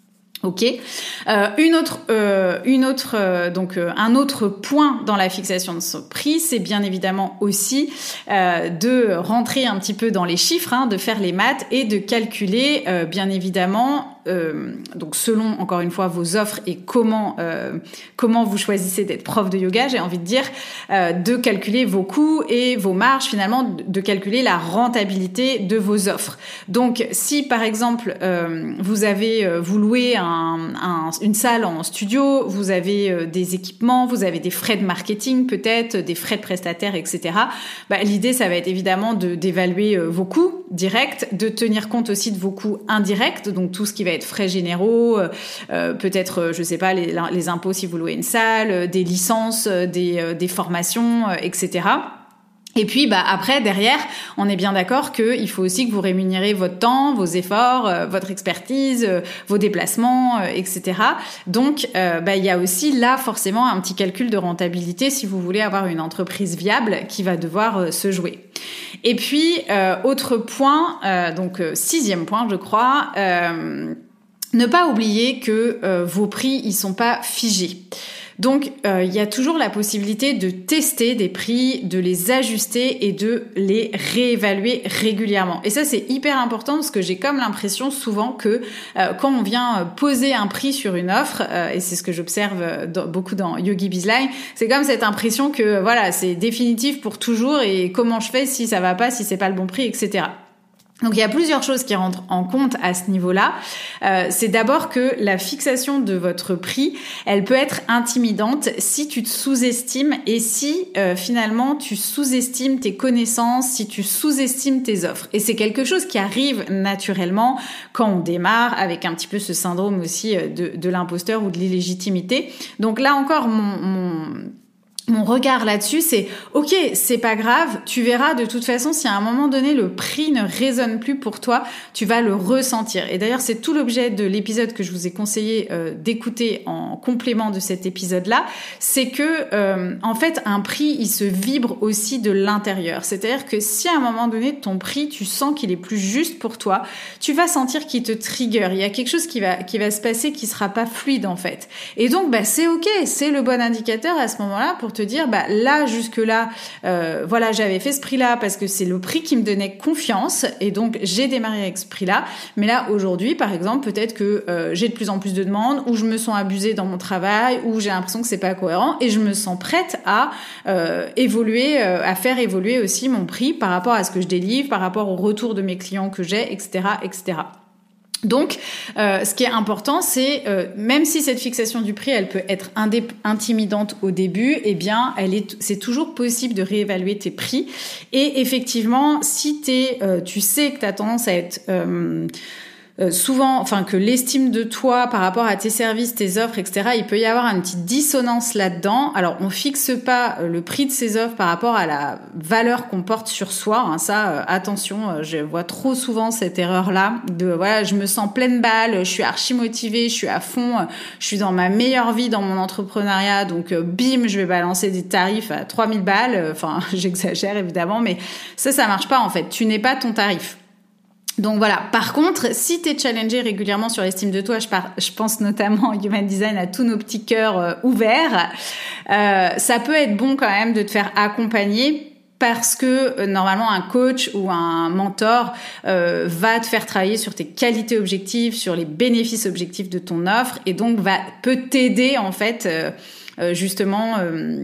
Ok. Euh, une autre, euh, une autre, euh, donc euh, un autre point dans la fixation de ce prix, c'est bien évidemment aussi euh, de rentrer un petit peu dans les chiffres, hein, de faire les maths et de calculer, euh, bien évidemment. Euh, donc selon encore une fois vos offres et comment euh, comment vous choisissez d'être prof de yoga, j'ai envie de dire, euh, de calculer vos coûts et vos marges, finalement de, de calculer la rentabilité de vos offres. Donc si par exemple euh, vous avez euh, vous louez un, un, une salle en studio, vous avez euh, des équipements, vous avez des frais de marketing peut-être, des frais de prestataires, et cetera. Bah, l'idée ça va être évidemment de d'évaluer euh, vos coûts directs, de tenir compte aussi de vos coûts indirects, donc tout ce qui va être frais généraux, euh, peut-être, euh, je sais pas, les, les impôts si vous louez une salle, euh, des licences, euh, des, euh, des formations, euh, et cetera. Et puis, bah après, derrière, on est bien d'accord qu'il faut aussi que vous rémunérez votre temps, vos efforts, euh, votre expertise, euh, vos déplacements, euh, et cetera. Donc, euh, bah il y a aussi là forcément un petit calcul de rentabilité si vous voulez avoir une entreprise viable qui va devoir euh, se jouer. Et puis, euh, autre point, euh, donc euh, sixième point, je crois. Euh, ne pas oublier que euh, vos prix, ils sont pas figés. Donc, euh, il y a toujours la possibilité de tester des prix, de les ajuster et de les réévaluer régulièrement. Et ça, c'est hyper important parce que j'ai comme l'impression souvent que euh, quand on vient poser un prix sur une offre, euh, et c'est ce que j'observe dans, beaucoup dans Yogi Bizline, c'est comme cette impression que voilà, c'est définitif pour toujours et comment je fais si ça va pas, si c'est pas le bon prix, et cetera. Donc il y a plusieurs choses qui rentrent en compte à ce niveau-là. Euh, c'est d'abord que la fixation de votre prix, elle peut être intimidante si tu te sous-estimes et si euh, finalement tu sous-estimes tes connaissances, si tu sous-estimes tes offres. Et c'est quelque chose qui arrive naturellement quand on démarre avec un petit peu ce syndrome aussi de, de l'imposteur ou de l'illégitimité. Donc là encore, mon... mon Mon regard là-dessus, c'est ok, c'est pas grave, tu verras de toute façon si à un moment donné le prix ne résonne plus pour toi, tu vas le ressentir. Et d'ailleurs, c'est tout l'objet de l'épisode que je vous ai conseillé euh, d'écouter en complément de cet épisode-là, c'est que euh, en fait un prix, il se vibre aussi de l'intérieur. C'est-à-dire que si à un moment donné ton prix, tu sens qu'il est plus juste pour toi, tu vas sentir qu'il te trigger. Il y a quelque chose qui va qui va se passer qui sera pas fluide en fait. Et donc bah c'est ok, c'est le bon indicateur à ce moment-là pour te dire bah là jusque là euh, voilà j'avais fait ce prix là parce que c'est le prix qui me donnait confiance et donc j'ai démarré avec ce prix là, mais là aujourd'hui par exemple peut-être que euh, j'ai de plus en plus de demandes ou je me sens abusée dans mon travail ou j'ai l'impression que c'est pas cohérent et je me sens prête à euh, évoluer euh, à faire évoluer aussi mon prix par rapport à ce que je délivre, par rapport au retour de mes clients que j'ai, etc etc. Donc, euh, ce qui est important, c'est euh, même si cette fixation du prix, elle peut être indé- intimidante au début, eh bien, elle est, c'est toujours possible de réévaluer tes prix. Et effectivement, si t'es, euh, tu sais que tu as tendance à être euh, Euh, souvent, enfin que l'estime de toi par rapport à tes services, tes offres, et cetera, il peut y avoir une petite dissonance là-dedans. Alors, on fixe pas euh, le prix de ses offres par rapport à la valeur qu'on porte sur soi. Hein, ça, euh, attention, euh, je vois trop souvent cette erreur-là. De voilà, je me sens pleine balle, je suis archi motivée, je suis à fond, euh, je suis dans ma meilleure vie dans mon entrepreneuriat. Donc, euh, bim, je vais balancer des tarifs à trois mille balles. Enfin, j'exagère évidemment, mais ça, ça marche pas en fait. Tu n'es pas ton tarif. Donc voilà. Par contre, si t'es challengé régulièrement sur l'estime de toi, je, par, je pense notamment Human Design à tous nos petits cœurs euh, ouverts, euh, ça peut être bon quand même de te faire accompagner parce que euh, normalement un coach ou un mentor euh, va te faire travailler sur tes qualités objectives, sur les bénéfices objectifs de ton offre et donc va peut t'aider en fait euh, euh, justement. Euh,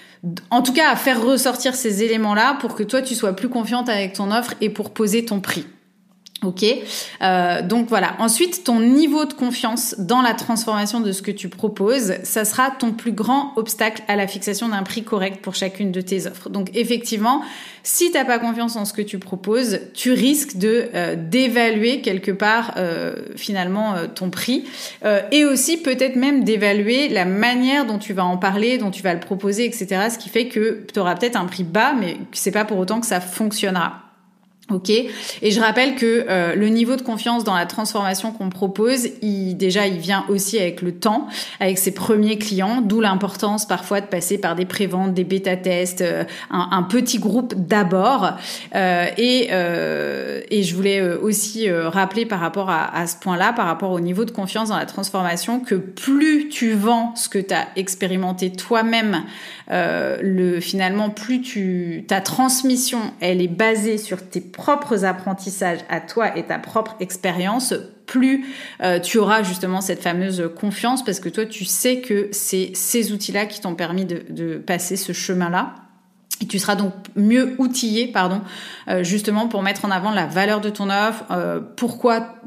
en tout cas à faire ressortir ces éléments-là pour que toi tu sois plus confiante avec ton offre et pour poser ton prix. Ok, euh, donc voilà. Ensuite, ton niveau de confiance dans la transformation de ce que tu proposes, ça sera ton plus grand obstacle à la fixation d'un prix correct pour chacune de tes offres. Donc effectivement, si t'as pas confiance en ce que tu proposes, tu risques de euh, d'évaluer quelque part euh, finalement euh, ton prix euh, et aussi peut-être même d'évaluer la manière dont tu vas en parler, dont tu vas le proposer, et cetera. Ce qui fait que tu auras peut-être un prix bas, mais c'est pas pour autant que ça fonctionnera. Ok, et je rappelle que euh, le niveau de confiance dans la transformation qu'on propose, il, déjà, il vient aussi avec le temps, avec ses premiers clients, d'où l'importance parfois de passer par des préventes, des bêta-tests, euh, un, un petit groupe d'abord. Euh, et, euh, et je voulais aussi euh, rappeler par rapport à, à ce point-là, par rapport au niveau de confiance dans la transformation, que plus tu vends ce que tu as expérimenté toi-même, euh, le finalement, plus tu ta transmission, elle est basée sur tes propres apprentissages à toi et ta propre expérience, plus euh, tu auras justement cette fameuse confiance parce que toi tu sais que c'est ces outils-là qui t'ont permis de, de passer ce chemin-là. Et tu seras donc mieux outillé, pardon, euh, justement pour mettre en avant la valeur de ton offre, euh, pourquoi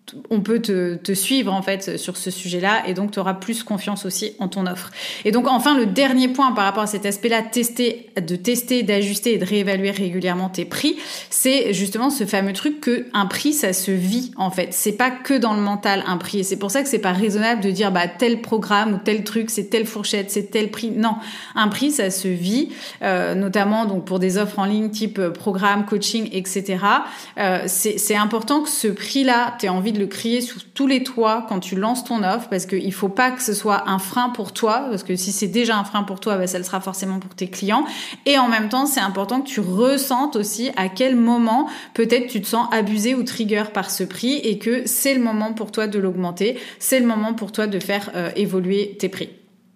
on peut te, te suivre en fait sur ce sujet-là et donc tu auras plus confiance aussi en ton offre. Et donc enfin le dernier point par rapport à cet aspect-là, tester, de tester, d'ajuster et de réévaluer régulièrement tes prix, c'est justement ce fameux truc que un prix ça se vit en fait. C'est pas que dans le mental un prix et c'est pour ça que c'est pas raisonnable de dire bah tel programme ou tel truc c'est telle fourchette, c'est tel prix. Non, un prix ça se vit, euh, notamment donc pour des offres en ligne type programme, coaching, et cetera. Euh, c'est, c'est important que ce prix-là, tu aies envie de le crier sous tous les toits quand tu lances ton offre parce qu'il faut pas que ce soit un frein pour toi parce que si c'est déjà un frein pour toi, bah, ça le sera forcément pour tes clients. Et en même temps, c'est important que tu ressentes aussi à quel moment peut-être tu te sens abusé ou trigger par ce prix et que c'est le moment pour toi de l'augmenter, c'est le moment pour toi de faire euh, évoluer tes prix.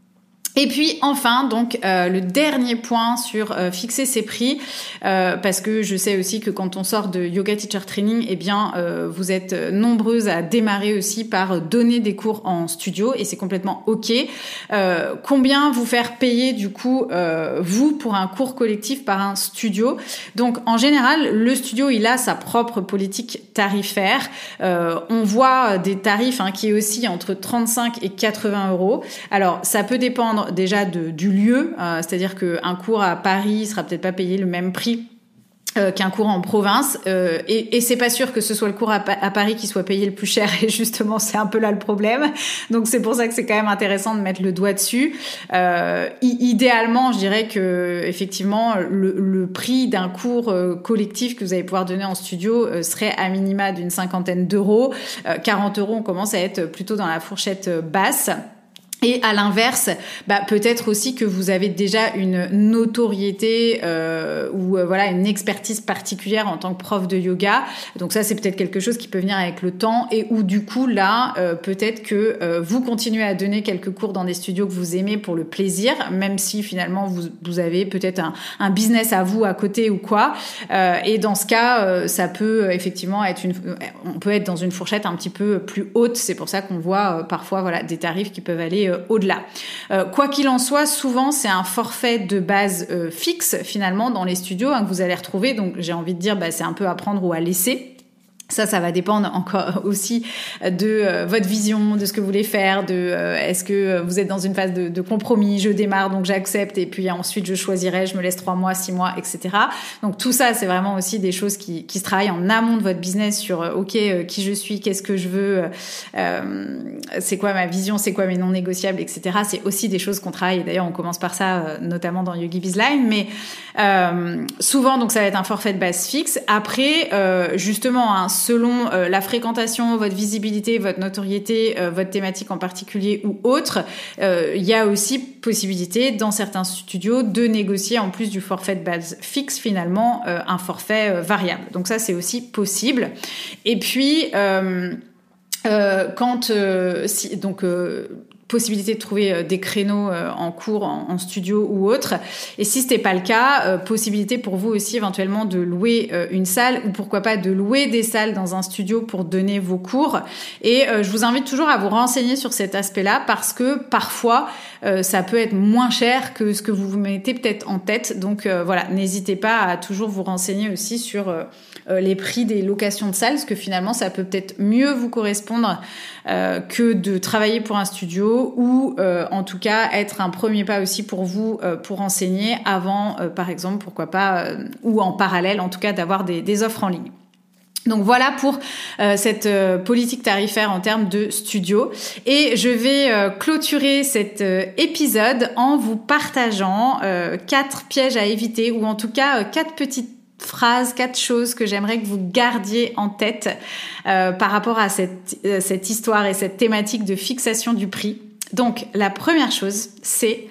Et puis enfin donc euh, le dernier point sur euh, fixer ses prix euh, parce que je sais aussi que quand on sort de Yoga Teacher Training eh bien euh, vous êtes nombreuses à démarrer aussi par donner des cours en studio et c'est complètement ok. Euh, combien vous faire payer du coup euh, vous pour un cours collectif par un studio? Donc en général le studio il a sa propre politique tarifaire. Euh, on voit des tarifs hein, qui oscillent entre trente-cinq et quatre-vingts euros. Alors ça peut dépendre déjà de, du lieu, euh, c'est-à-dire qu'un cours à Paris sera peut-être pas payé le même prix Euh, qu'un cours en province euh, et, et c'est pas sûr que ce soit le cours à, à Paris qui soit payé le plus cher et justement c'est un peu là le problème donc c'est pour ça que c'est quand même intéressant de mettre le doigt dessus. Euh, i- idéalement je dirais que effectivement le, le prix d'un cours euh, collectif que vous allez pouvoir donner en studio euh, serait à minima d'une cinquantaine d'euros. euh, quarante euros on commence à être plutôt dans la fourchette euh, basse. Et à l'inverse, bah peut-être aussi que vous avez déjà une notoriété euh, ou euh, voilà une expertise particulière en tant que prof de yoga. Donc ça c'est peut-être quelque chose qui peut venir avec le temps et où du coup là euh, peut-être que euh, vous continuez à donner quelques cours dans des studios que vous aimez pour le plaisir, même si finalement vous vous avez peut-être un, un business à vous à côté ou quoi. Euh, et dans ce cas, euh, ça peut effectivement être une, on peut être dans une fourchette un petit peu plus haute. C'est pour ça qu'on voit euh, parfois voilà des tarifs qui peuvent aller euh, au-delà. Euh, quoi qu'il en soit, souvent c'est un forfait de base euh, fixe finalement dans les studios hein, que vous allez retrouver. Donc j'ai envie de dire, bah, c'est un peu à prendre ou à laisser. Ça, ça va dépendre encore aussi de euh, votre vision, de ce que vous voulez faire, de euh, est-ce que vous êtes dans une phase de, de compromis, je démarre donc j'accepte et puis ensuite je choisirai, je me laisse trois mois, six mois, et cetera. Donc tout ça, c'est vraiment aussi des choses qui, qui se travaillent en amont de votre business sur euh, ok, euh, qui je suis, qu'est-ce que je veux, euh, c'est quoi ma vision, c'est quoi mes non négociables, et cetera. C'est aussi des choses qu'on travaille. Et d'ailleurs, on commence par ça, euh, notamment dans Yogi Bizline. Mais euh, souvent, donc ça va être un forfait de base fixe. Après, euh, justement, hein, selon euh, la fréquentation, votre visibilité, votre notoriété, euh, votre thématique en particulier ou autre, euh, il y a aussi possibilité dans certains studios de négocier en plus du forfait de base fixe finalement euh, un forfait euh, variable. Donc ça c'est aussi possible. Et puis euh, euh, quand euh, si, donc euh, possibilité de trouver des créneaux en cours, en studio ou autre. Et si c'était pas le cas, possibilité pour vous aussi éventuellement de louer une salle ou pourquoi pas de louer des salles dans un studio pour donner vos cours. Et je vous invite toujours à vous renseigner sur cet aspect-là parce que parfois ça peut être moins cher que ce que vous vous mettez peut-être en tête. Donc voilà, n'hésitez pas à toujours vous renseigner aussi sur les prix des locations de salles parce que finalement ça peut peut-être mieux vous correspondre euh, que de travailler pour un studio ou euh, en tout cas être un premier pas aussi pour vous euh, pour enseigner avant euh, par exemple pourquoi pas euh, ou en parallèle en tout cas d'avoir des, des offres en ligne. Donc voilà pour euh, cette euh, politique tarifaire en termes de studio. Et je vais euh, clôturer cet euh, épisode en vous partageant euh, quatre pièges à éviter ou en tout cas euh, quatre petites phrases, quatre choses que j'aimerais que vous gardiez en tête euh, par rapport à cette, euh, cette histoire et cette thématique de fixation du prix. Donc la première chose, c'est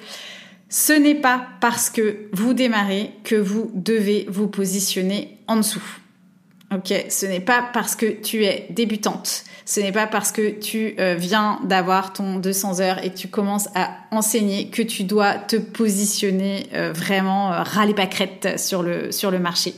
ce n'est pas parce que vous démarrez que vous devez vous positionner en dessous. Ok, ce n'est pas parce que tu es débutante, ce n'est pas parce que tu euh, viens d'avoir ton deux cents heures et que tu commences à enseigner que tu dois te positionner euh, vraiment euh, ras les pâquerettes sur le, sur le marché.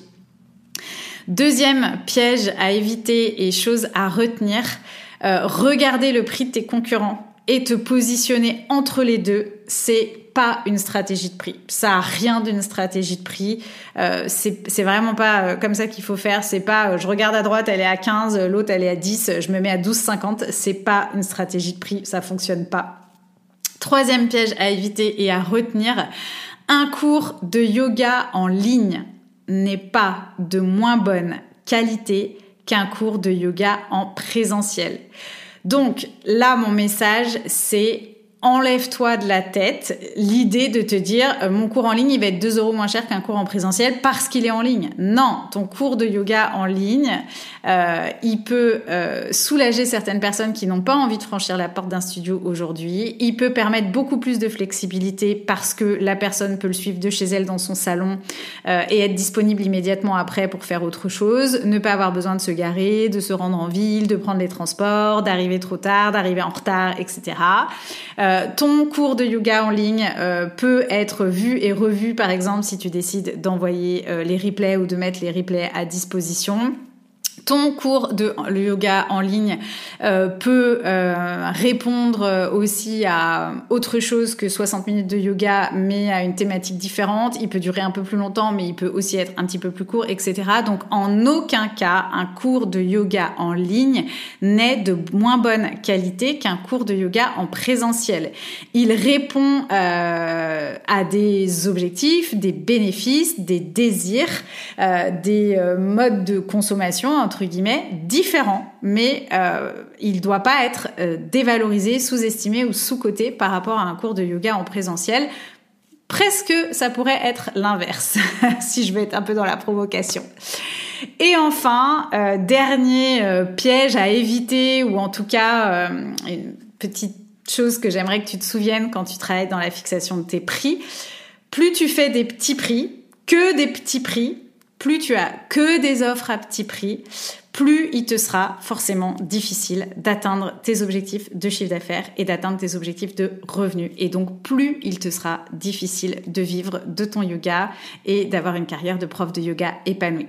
Deuxième piège à éviter et chose à retenir, euh, regardez le prix de tes concurrents et te positionner entre les deux, c'est pas une stratégie de prix. Ça a rien d'une stratégie de prix. Euh, c'est, c'est vraiment pas euh, comme ça qu'il faut faire. C'est pas euh, je regarde à droite, elle est à quinze, l'autre elle est à dix, je me mets à douze cinquante. C'est pas une stratégie de prix. Ça fonctionne pas. Troisième piège à éviter et à retenir, un cours de yoga en ligne n'est pas de moins bonne qualité qu'un cours de yoga en présentiel. Donc là, mon message, c'est enlève-toi de la tête l'idée de te dire euh, mon cours en ligne, il va être deux euros moins cher qu'un cours en présentiel parce qu'il est en ligne. Non, ton cours de yoga en ligne, euh, il peut euh, soulager certaines personnes qui n'ont pas envie de franchir la porte d'un studio aujourd'hui. Il peut permettre beaucoup plus de flexibilité parce que la personne peut le suivre de chez elle dans son salon euh, et être disponible immédiatement après pour faire autre chose. Ne pas avoir besoin de se garer, de se rendre en ville, de prendre les transports, d'arriver trop tard, d'arriver en retard, et cetera. Euh, ton cours de yoga en ligne euh, peut être vu et revu, par exemple, si tu décides d'envoyer euh, les replays ou de mettre les replays à disposition. Ton cours de yoga en ligne euh, peut euh, répondre aussi à autre chose que soixante minutes de yoga, mais à une thématique différente. Il peut durer un peu plus longtemps, mais il peut aussi être un petit peu plus court, et cetera. Donc, en aucun cas, un cours de yoga en ligne n'est de moins bonne qualité qu'un cours de yoga en présentiel. Il répond euh, à des objectifs, des bénéfices, des désirs, euh, des euh, modes de consommation, entre guillemets, différents, mais euh, il ne doit pas être euh, dévalorisé, sous-estimé ou sous-coté par rapport à un cours de yoga en présentiel. Presque, ça pourrait être l'inverse, si je veux être un peu dans la provocation. Et enfin, euh, dernier euh, piège à éviter, ou en tout cas, euh, une petite chose que j'aimerais que tu te souviennes quand tu travailles dans la fixation de tes prix, plus tu fais des petits prix, que des petits prix, plus tu as que des offres à petit prix, plus il te sera forcément difficile d'atteindre tes objectifs de chiffre d'affaires et d'atteindre tes objectifs de revenus. Et donc, plus il te sera difficile de vivre de ton yoga et d'avoir une carrière de prof de yoga épanouie.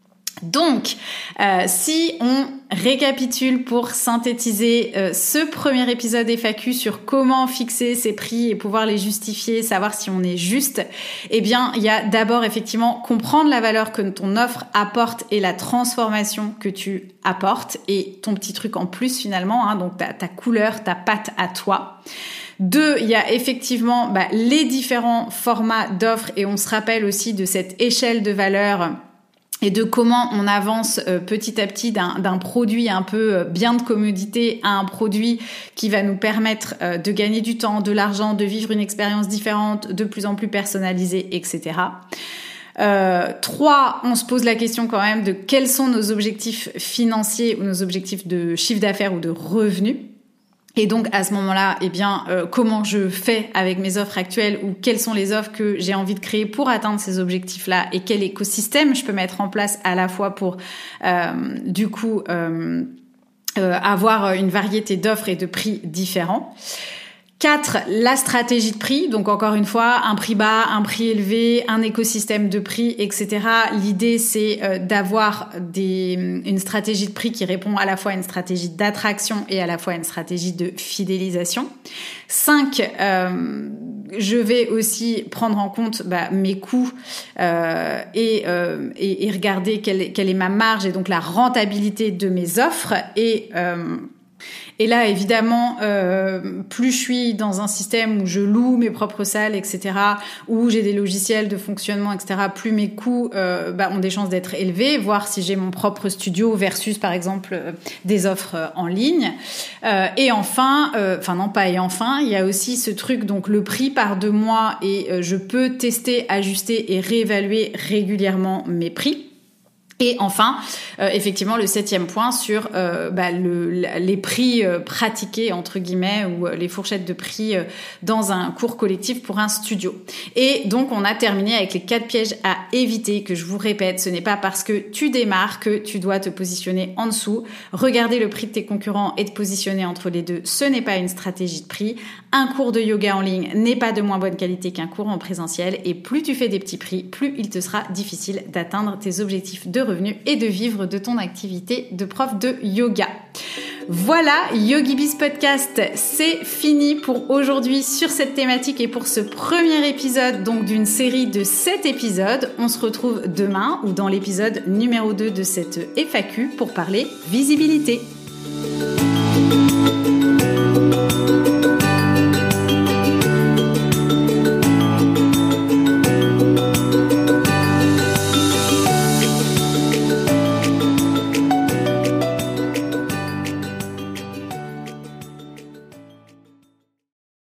Donc, euh, si on récapitule pour synthétiser euh, ce premier épisode F A Q sur comment fixer ses prix et pouvoir les justifier, savoir si on est juste, eh bien, il y a d'abord effectivement comprendre la valeur que ton offre apporte et la transformation que tu apportes et ton petit truc en plus finalement, hein, donc ta, ta couleur, ta patte à toi. Deux, il y a effectivement bah, les différents formats d'offres et on se rappelle aussi de cette échelle de valeur et de comment on avance euh, petit à petit d'un, d'un produit un peu euh, bien de commodité à un produit qui va nous permettre euh, de gagner du temps, de l'argent, de vivre une expérience différente, de plus en plus personnalisée, et cetera. Euh, trois, on se pose la question quand même de quels sont nos objectifs financiers ou nos objectifs de chiffre d'affaires ou de revenus. Et donc à ce moment-là, eh bien, euh, comment je fais avec mes offres actuelles ou quelles sont les offres que j'ai envie de créer pour atteindre ces objectifs-là et quel écosystème je peux mettre en place à la fois pour, euh, du coup, euh, euh, avoir une variété d'offres et de prix différents. Quatre, la stratégie de prix. Donc encore une fois, un prix bas, un prix élevé, un écosystème de prix, et cetera. L'idée, c'est euh, d'avoir des, une stratégie de prix qui répond à la fois à une stratégie d'attraction et à la fois à une stratégie de fidélisation. Cinq, euh, je vais aussi prendre en compte bah, mes coûts euh, et, euh, et, et regarder quelle, quelle est ma marge et donc la rentabilité de mes offres et euh, Et là, évidemment, euh, plus je suis dans un système où je loue mes propres salles, et cetera, où j'ai des logiciels de fonctionnement, et cetera, plus mes coûts euh, bah, ont des chances d'être élevés, voir si j'ai mon propre studio versus, par exemple, euh, des offres euh, en ligne. Euh, et enfin, euh, enfin non pas et enfin, il y a aussi ce truc, donc le prix par deux mois et euh, je peux tester, ajuster et réévaluer régulièrement mes prix. Et enfin, euh, effectivement, le septième point sur euh, bah, le, les prix euh, pratiqués, entre guillemets, ou euh, les fourchettes de prix euh, dans un cours collectif pour un studio. Et donc, on a terminé avec les quatre pièges à éviter, que je vous répète, ce n'est pas parce que tu démarres que tu dois te positionner en dessous. Regarder le prix de tes concurrents et te positionner entre les deux, ce n'est pas une stratégie de prix. Un cours de yoga en ligne n'est pas de moins bonne qualité qu'un cours en présentiel. Et plus tu fais des petits prix, plus il te sera difficile d'atteindre tes objectifs de revenu et de vivre de ton activité de prof de yoga. Voilà, YogiBiz Podcast, c'est fini pour aujourd'hui sur cette thématique et pour ce premier épisode donc d'une série de sept épisodes. On se retrouve demain ou dans l'épisode numéro deux de cette F A Q pour parler visibilité.